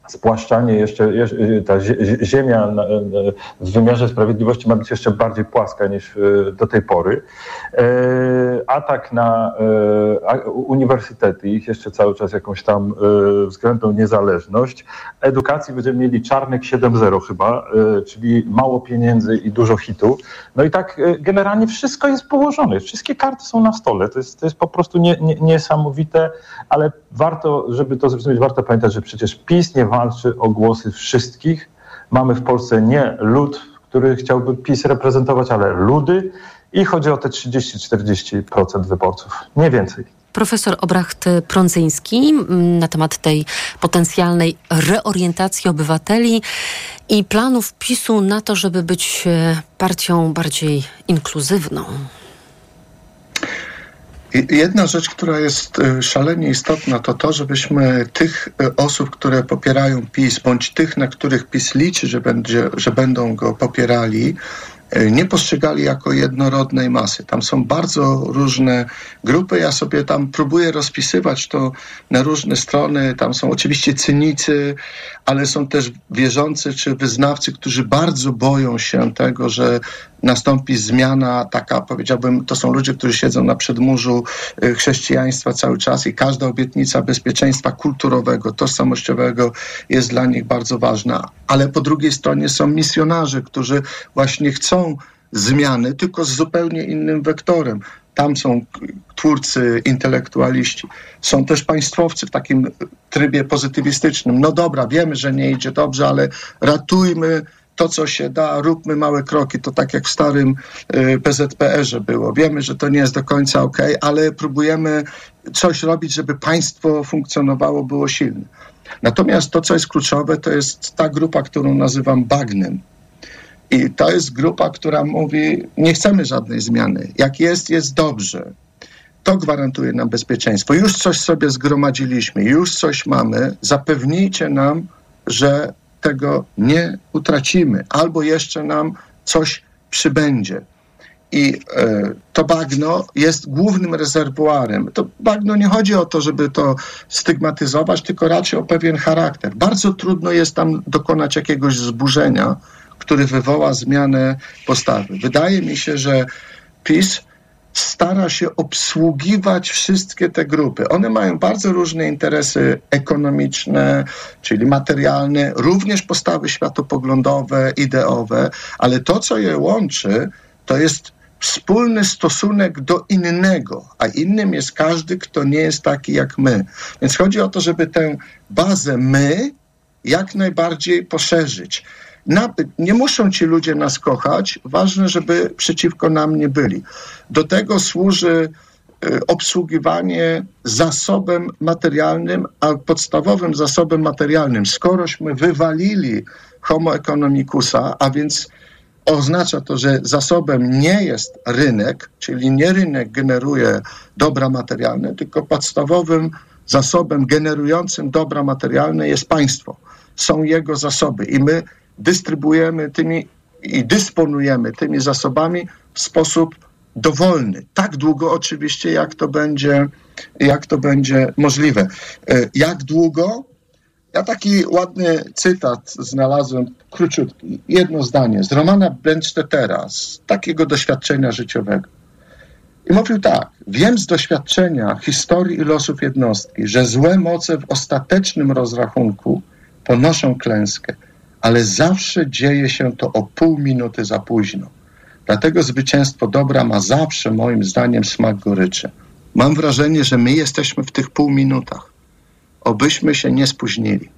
[SPEAKER 2] spłaszczanie jeszcze, ta ziemia w wymiarze sprawiedliwości ma być jeszcze bardziej płaska niż do tej pory. Atak na uniwersytety, ich jeszcze cały czas jakąś tam względną niezależność. Edukacji będziemy mieli czarnek siedem zero chyba, czyli mało pieniędzy i dużo hitu. No i tak generalnie wszystko jest położone, wszystkie karty są na stole. To jest, to jest po prostu nie, nie, niesamowite, ale warto, żeby to zrozumieć, warto pamiętać, że przecież PiS nie walczy o głosy wszystkich. Mamy w Polsce nie lud, który chciałby PiS reprezentować, ale ludy i chodzi o te trzydzieści do czterdziestu procent wyborców, nie więcej.
[SPEAKER 7] Profesor Obracht-Prądzyński na temat tej potencjalnej reorientacji obywateli i planów PiS-u na to, żeby być partią bardziej inkluzywną.
[SPEAKER 4] Jedna rzecz, która jest szalenie istotna, to to, żebyśmy tych osób, które popierają PiS, bądź tych, na których PiS liczy, że, będzie, że będą go popierali, nie postrzegali jako jednorodnej masy. Tam są bardzo różne grupy. Ja sobie tam próbuję rozpisywać to na różne strony. Tam są oczywiście cynicy, ale są też wierzący czy wyznawcy, którzy bardzo boją się tego, że nastąpi zmiana taka, powiedziałbym, to są ludzie, którzy siedzą na przedmurzu chrześcijaństwa cały czas i każda obietnica bezpieczeństwa kulturowego, tożsamościowego jest dla nich bardzo ważna. Ale po drugiej stronie są misjonarze, którzy właśnie chcą zmiany, tylko z zupełnie innym wektorem. Tam są twórcy, intelektualiści. Są też państwowcy w takim trybie pozytywistycznym. No dobra, wiemy, że nie idzie dobrze, ale ratujmy to, co się da, róbmy małe kroki. To tak jak w starym y, P Z P R-ze było. Wiemy, że to nie jest do końca okej, ale próbujemy coś robić, żeby państwo funkcjonowało, było silne. Natomiast to, co jest kluczowe, to jest ta grupa, którą nazywam bagnem. I to jest grupa, która mówi, nie chcemy żadnej zmiany. Jak jest, jest dobrze. To gwarantuje nam bezpieczeństwo. Już coś sobie zgromadziliśmy, już coś mamy. Zapewnijcie nam, że tego nie utracimy. Albo jeszcze nam coś przybędzie. I y, to bagno jest głównym rezerwuarem. To bagno nie chodzi o to, żeby to stygmatyzować, tylko raczej o pewien charakter. Bardzo trudno jest tam dokonać jakiegoś zburzenia, który wywoła zmianę postawy. Wydaje mi się, że PiS stara się obsługiwać wszystkie te grupy. One mają bardzo różne interesy ekonomiczne, czyli materialne, również postawy światopoglądowe, ideowe, ale to, co je łączy, to jest wspólny stosunek do innego, a innym jest każdy, kto nie jest taki jak my. Więc chodzi o to, żeby tę bazę my jak najbardziej poszerzyć. Na, nie muszą ci ludzie nas kochać, ważne, żeby przeciwko nam nie byli. Do tego służy y, obsługiwanie zasobem materialnym, a podstawowym zasobem materialnym. Skorośmy wywalili homo economicusa, a więc oznacza to, że zasobem nie jest rynek, czyli nie rynek generuje dobra materialne, tylko podstawowym zasobem generującym dobra materialne jest państwo. Są jego zasoby i my dystrybuujemy tymi i dysponujemy tymi zasobami w sposób dowolny. Tak długo oczywiście, jak to będzie, jak to będzie możliwe. Jak długo? Ja taki ładny cytat znalazłem, króciutki, jedno zdanie, z Romana Brandstättera, z takiego doświadczenia życiowego. I mówił tak: wiem z doświadczenia historii i losów jednostki, że złe moce w ostatecznym rozrachunku ponoszą klęskę, ale zawsze dzieje się to o pół minuty za późno. Dlatego zwycięstwo dobra ma zawsze, moim zdaniem, smak goryczy. Mam wrażenie, że my jesteśmy w tych pół minutach. Obyśmy się nie spóźnili.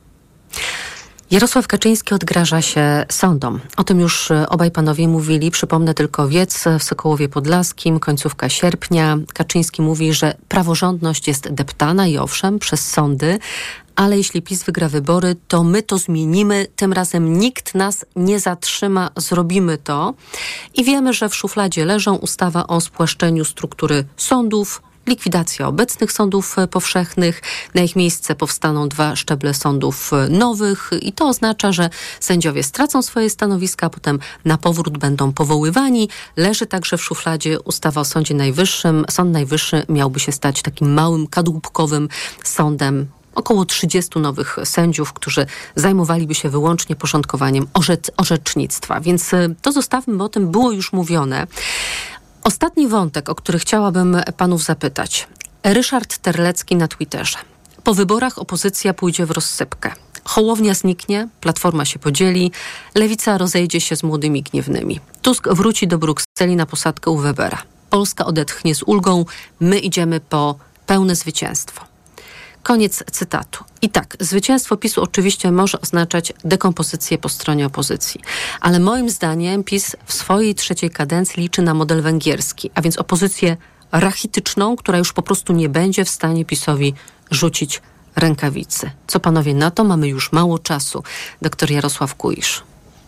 [SPEAKER 7] Jarosław Kaczyński odgraża się sądom. O tym już obaj panowie mówili. Przypomnę tylko wiec w Sokołowie Podlaskim, końcówka sierpnia. Kaczyński mówi, że praworządność jest deptana i owszem, przez sądy, ale jeśli PiS wygra wybory, to my to zmienimy. Tym razem nikt nas nie zatrzyma, zrobimy to. I wiemy, że w szufladzie leżą ustawa o spłaszczeniu struktury sądów, likwidacja obecnych sądów powszechnych. Na ich miejsce powstaną dwa szczeble sądów nowych i to oznacza, że sędziowie stracą swoje stanowiska, a potem na powrót będą powoływani. Leży także w szufladzie ustawa o Sądzie Najwyższym. Sąd Najwyższy miałby się stać takim małym, kadłubkowym sądem około trzydziestu nowych sędziów, którzy zajmowaliby się wyłącznie porządkowaniem orzec- orzecznictwa. Więc to zostawmy, bo o tym było już mówione. Ostatni wątek, o który chciałabym panów zapytać. Ryszard Terlecki na Twitterze. Po wyborach opozycja pójdzie w rozsypkę. Hołownia zniknie, Platforma się podzieli, Lewica rozejdzie się z młodymi gniewnymi. Tusk wróci do Brukseli na posadkę u Webera. Polska odetchnie z ulgą, my idziemy po pełne zwycięstwo. Koniec cytatu. I tak, zwycięstwo PiSu oczywiście może oznaczać dekompozycję po stronie opozycji. Ale moim zdaniem PiS w swojej trzeciej kadencji liczy na model węgierski, a więc opozycję rachityczną, która już po prostu nie będzie w stanie PiSowi rzucić rękawicy. Co panowie na to? Mamy już mało czasu. Doktor Jarosław Kuisz.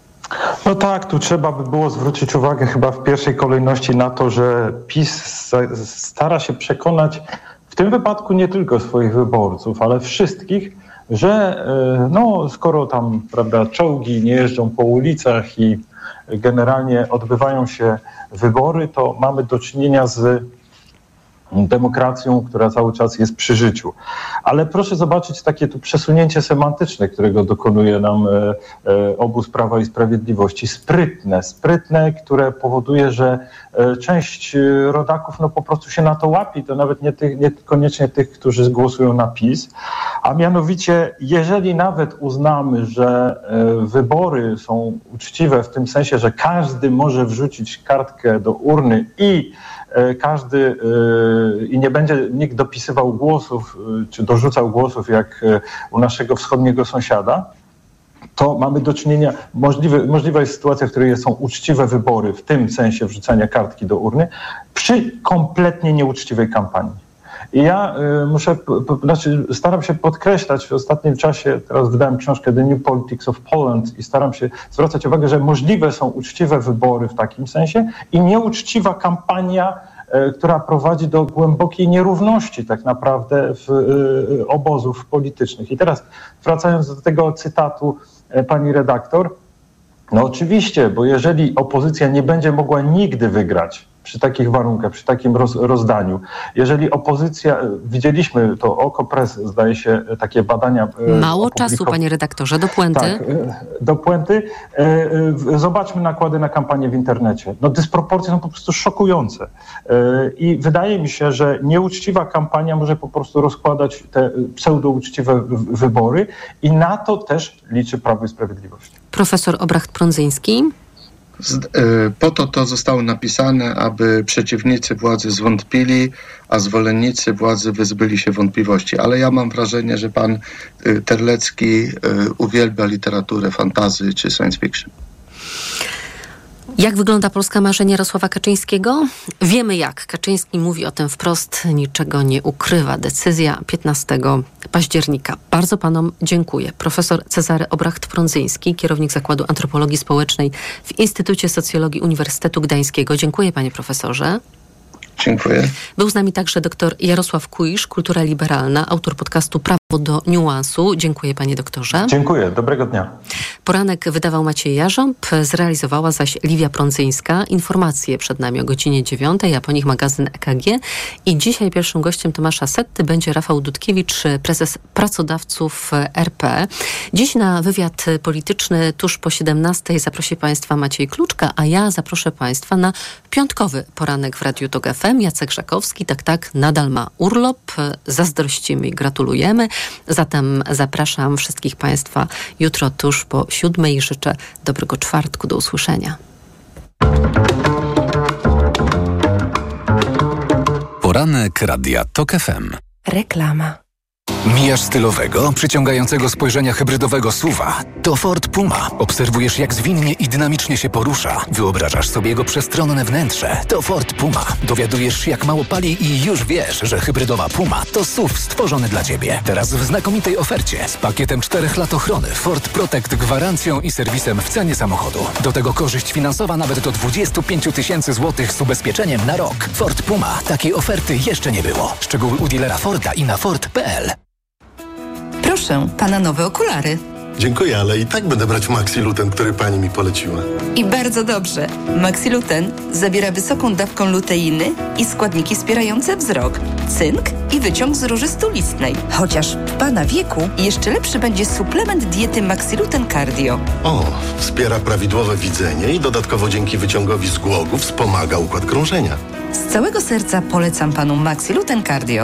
[SPEAKER 2] No tak, tu trzeba by było zwrócić uwagę chyba w pierwszej kolejności na to, że PiS stara się przekonać w tym wypadku nie tylko swoich wyborców, ale wszystkich, że no, skoro tam, prawda, czołgi nie jeżdżą po ulicach i generalnie odbywają się wybory, to mamy do czynienia z demokracją, która cały czas jest przy życiu. Ale proszę zobaczyć takie tu przesunięcie semantyczne, którego dokonuje nam e, e, obóz Prawa i Sprawiedliwości. Sprytne, sprytne, które powoduje, że e, część rodaków no po prostu się na to łapi, to nawet nie, tych, nie koniecznie tych, którzy głosują na PiS, a mianowicie jeżeli nawet uznamy, że e, wybory są uczciwe w tym sensie, że każdy może wrzucić kartkę do urny i każdy i nie będzie nikt dopisywał głosów czy dorzucał głosów jak u naszego wschodniego sąsiada, to mamy do czynienia, możliwe, możliwa jest sytuacja, w której są uczciwe wybory, w tym sensie wrzucania kartki do urny, przy kompletnie nieuczciwej kampanii. I ja y, muszę, p, p, znaczy staram się podkreślać w ostatnim czasie, teraz wydałem książkę The New Politics of Poland i staram się zwracać uwagę, że możliwe są uczciwe wybory w takim sensie i nieuczciwa kampania, y, która prowadzi do głębokiej nierówności tak naprawdę w, y, obozów politycznych. I teraz wracając do tego cytatu y, pani redaktor, no oczywiście, bo jeżeli opozycja nie będzie mogła nigdy wygrać przy takich warunkach, przy takim roz, rozdaniu. Jeżeli opozycja, widzieliśmy to Okopres, zdaje się, takie badania...
[SPEAKER 7] Mało czasu, panie redaktorze, do puenty.
[SPEAKER 2] Tak, do puenty. Zobaczmy nakłady na kampanię w internecie. No dysproporcje są po prostu szokujące. I wydaje mi się, że nieuczciwa kampania może po prostu rozkładać te pseudouczciwe wybory i na to też liczy Prawo i Sprawiedliwość.
[SPEAKER 7] Profesor Obracht-Prądzyński.
[SPEAKER 4] Po to to zostało napisane, aby przeciwnicy władzy zwątpili, a zwolennicy władzy wyzbyli się wątpliwości. Ale ja mam wrażenie, że pan Terlecki uwielbia literaturę fantasy czy science fiction.
[SPEAKER 7] Jak wygląda Polska marzenie Jarosława Kaczyńskiego? Wiemy jak. Kaczyński mówi o tym wprost, niczego nie ukrywa. Decyzja piętnastego października. Bardzo panom dziękuję. Profesor Cezary Obracht-Prądzyński, kierownik Zakładu Antropologii Społecznej w Instytucie Socjologii Uniwersytetu Gdańskiego. Dziękuję, panie profesorze.
[SPEAKER 4] Dziękuję.
[SPEAKER 7] Był z nami także dr Jarosław Kuisz, Kultura Liberalna, autor podcastu Prawo do niuansu. Dziękuję, panie doktorze.
[SPEAKER 2] Dziękuję, dobrego dnia.
[SPEAKER 7] Poranek wydawał Maciej Jarząb, zrealizowała zaś Liwia Prądzyńska. Informacje przed nami o godzinie dziewiątej, a po nich magazyn E K G. I dzisiaj pierwszym gościem Tomasza Setty będzie Rafał Dudkiewicz, prezes Pracodawców R P. Dziś na wywiad polityczny tuż po siedemnastej zaprosi państwa Maciej Kluczka, a ja zaproszę państwa na piątkowy poranek w Radiu Tok F M. Jacek Żakowski, tak, tak, nadal ma urlop. Zazdrościmy i gratulujemy. Zatem zapraszam wszystkich państwa jutro tuż po siódmej i życzę dobrego czwartku. Do usłyszenia.
[SPEAKER 3] Poranek Radia Tok F M.
[SPEAKER 28] Reklama.
[SPEAKER 3] Mijasz stylowego, przyciągającego spojrzenia hybrydowego S U V-a. To Ford Puma. Obserwujesz, jak zwinnie i dynamicznie się porusza. Wyobrażasz sobie jego przestronne wnętrze. To Ford Puma. Dowiadujesz się, jak mało pali i już wiesz, że hybrydowa Puma to S U V stworzony dla Ciebie. Teraz w znakomitej ofercie z pakietem czterech lat ochrony, Ford Protect, gwarancją i serwisem w cenie samochodu. Do tego korzyść finansowa nawet do dwadzieścia pięć tysięcy złotych z ubezpieczeniem na rok. Ford Puma. Takiej oferty jeszcze nie było. Szczegóły u dealera Forda i na Ford kropka p l.
[SPEAKER 28] Proszę, pana nowe okulary.
[SPEAKER 5] Dziękuję, ale i tak będę brać Maxiluten, który pani mi poleciła.
[SPEAKER 11] I bardzo dobrze. Maxiluten zawiera wysoką dawką luteiny i składniki wspierające wzrok, cynk i wyciąg z róży stulistnej. Chociaż w pana wieku jeszcze lepszy będzie suplement diety Maxiluten Cardio.
[SPEAKER 5] O, wspiera prawidłowe widzenie i dodatkowo dzięki wyciągowi z głogu wspomaga układ krążenia.
[SPEAKER 11] Z całego serca polecam panu Maxiluten Cardio.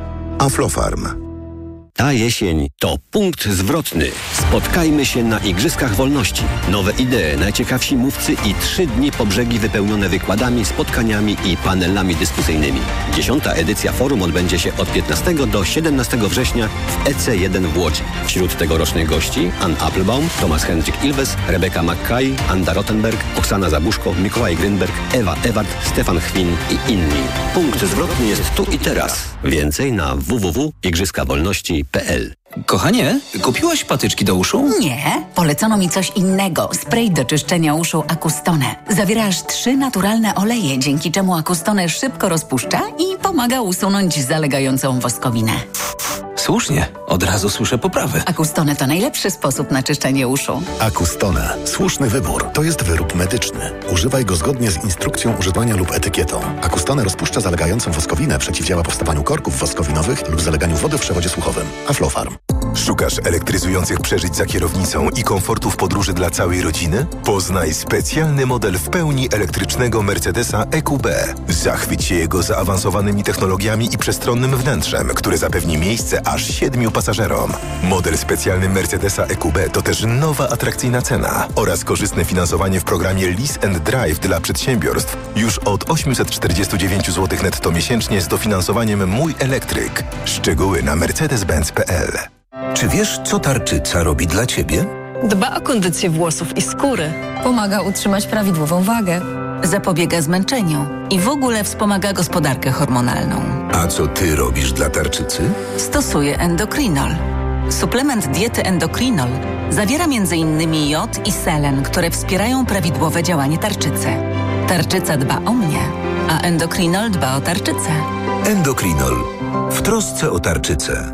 [SPEAKER 17] Aflofarm. Ta jesień to punkt zwrotny. Spotkajmy się na Igrzyskach Wolności. Nowe idee, najciekawsi mówcy i trzy dni po brzegi wypełnione wykładami, spotkaniami i panelami dyskusyjnymi. Dziesiąta edycja forum odbędzie się od piętnastego do siedemnastego września w E C jeden w Łodzi. Wśród tegorocznych gości Ann Applebaum, Thomas Hendrik Ilves, Rebecca McKay, Anda Rottenberg, Oksana Zabuszko, Mikołaj Grynberg, Ewa Ewart, Stefan Chwin i inni. Punkt zwrotny jest tu i teraz. Więcej na w w w kropka igrzyska wolności kropka p l.
[SPEAKER 18] Kochanie, kupiłaś patyczki do uszu?
[SPEAKER 19] Nie, polecono mi coś innego. Spray do czyszczenia uszu Acustone. Zawiera aż trzy naturalne oleje, dzięki czemu Acustone szybko rozpuszcza i pomaga usunąć zalegającą woskowinę.
[SPEAKER 18] Słusznie, od razu słyszę poprawę.
[SPEAKER 19] Acustone to najlepszy sposób na czyszczenie uszu.
[SPEAKER 21] Acustone. Słuszny wybór. To jest wyrób medyczny. Używaj go zgodnie z instrukcją używania lub etykietą. Acustone rozpuszcza zalegającą woskowinę, przeciwdziała powstawaniu korków woskowinowych lub zaleganiu wody w przewodzie słuchowym. Aflofarm.
[SPEAKER 8] Szukasz elektryzujących przeżyć za kierownicą i komfortu w podróży dla całej rodziny? Poznaj specjalny model w pełni elektrycznego Mercedesa E Q B. Zachwyć się jego zaawansowanymi technologiami i przestronnym wnętrzem, które zapewni miejsce aż siedmiu pasażerom. Model specjalny Mercedesa E Q B to też nowa atrakcyjna cena oraz korzystne finansowanie w programie Lease and Drive dla przedsiębiorstw już od osiemset czterdzieści dziewięć złotych netto miesięcznie z dofinansowaniem Mój Elektryk. Szczegóły na mercedes benz kropka p l.
[SPEAKER 15] Czy wiesz, co tarczyca robi dla ciebie?
[SPEAKER 20] Dba o kondycję włosów i skóry. Pomaga utrzymać prawidłową wagę.
[SPEAKER 19] Zapobiega zmęczeniu i w ogóle wspomaga gospodarkę hormonalną.
[SPEAKER 15] A co ty robisz dla tarczycy?
[SPEAKER 19] Stosuję Endokrinol. Suplement diety Endokrinol zawiera m.in. jod i selen, które wspierają prawidłowe działanie tarczycy. Tarczyca dba o mnie, a Endokrinol dba o tarczycę.
[SPEAKER 15] Endokrinol. W trosce o tarczycę.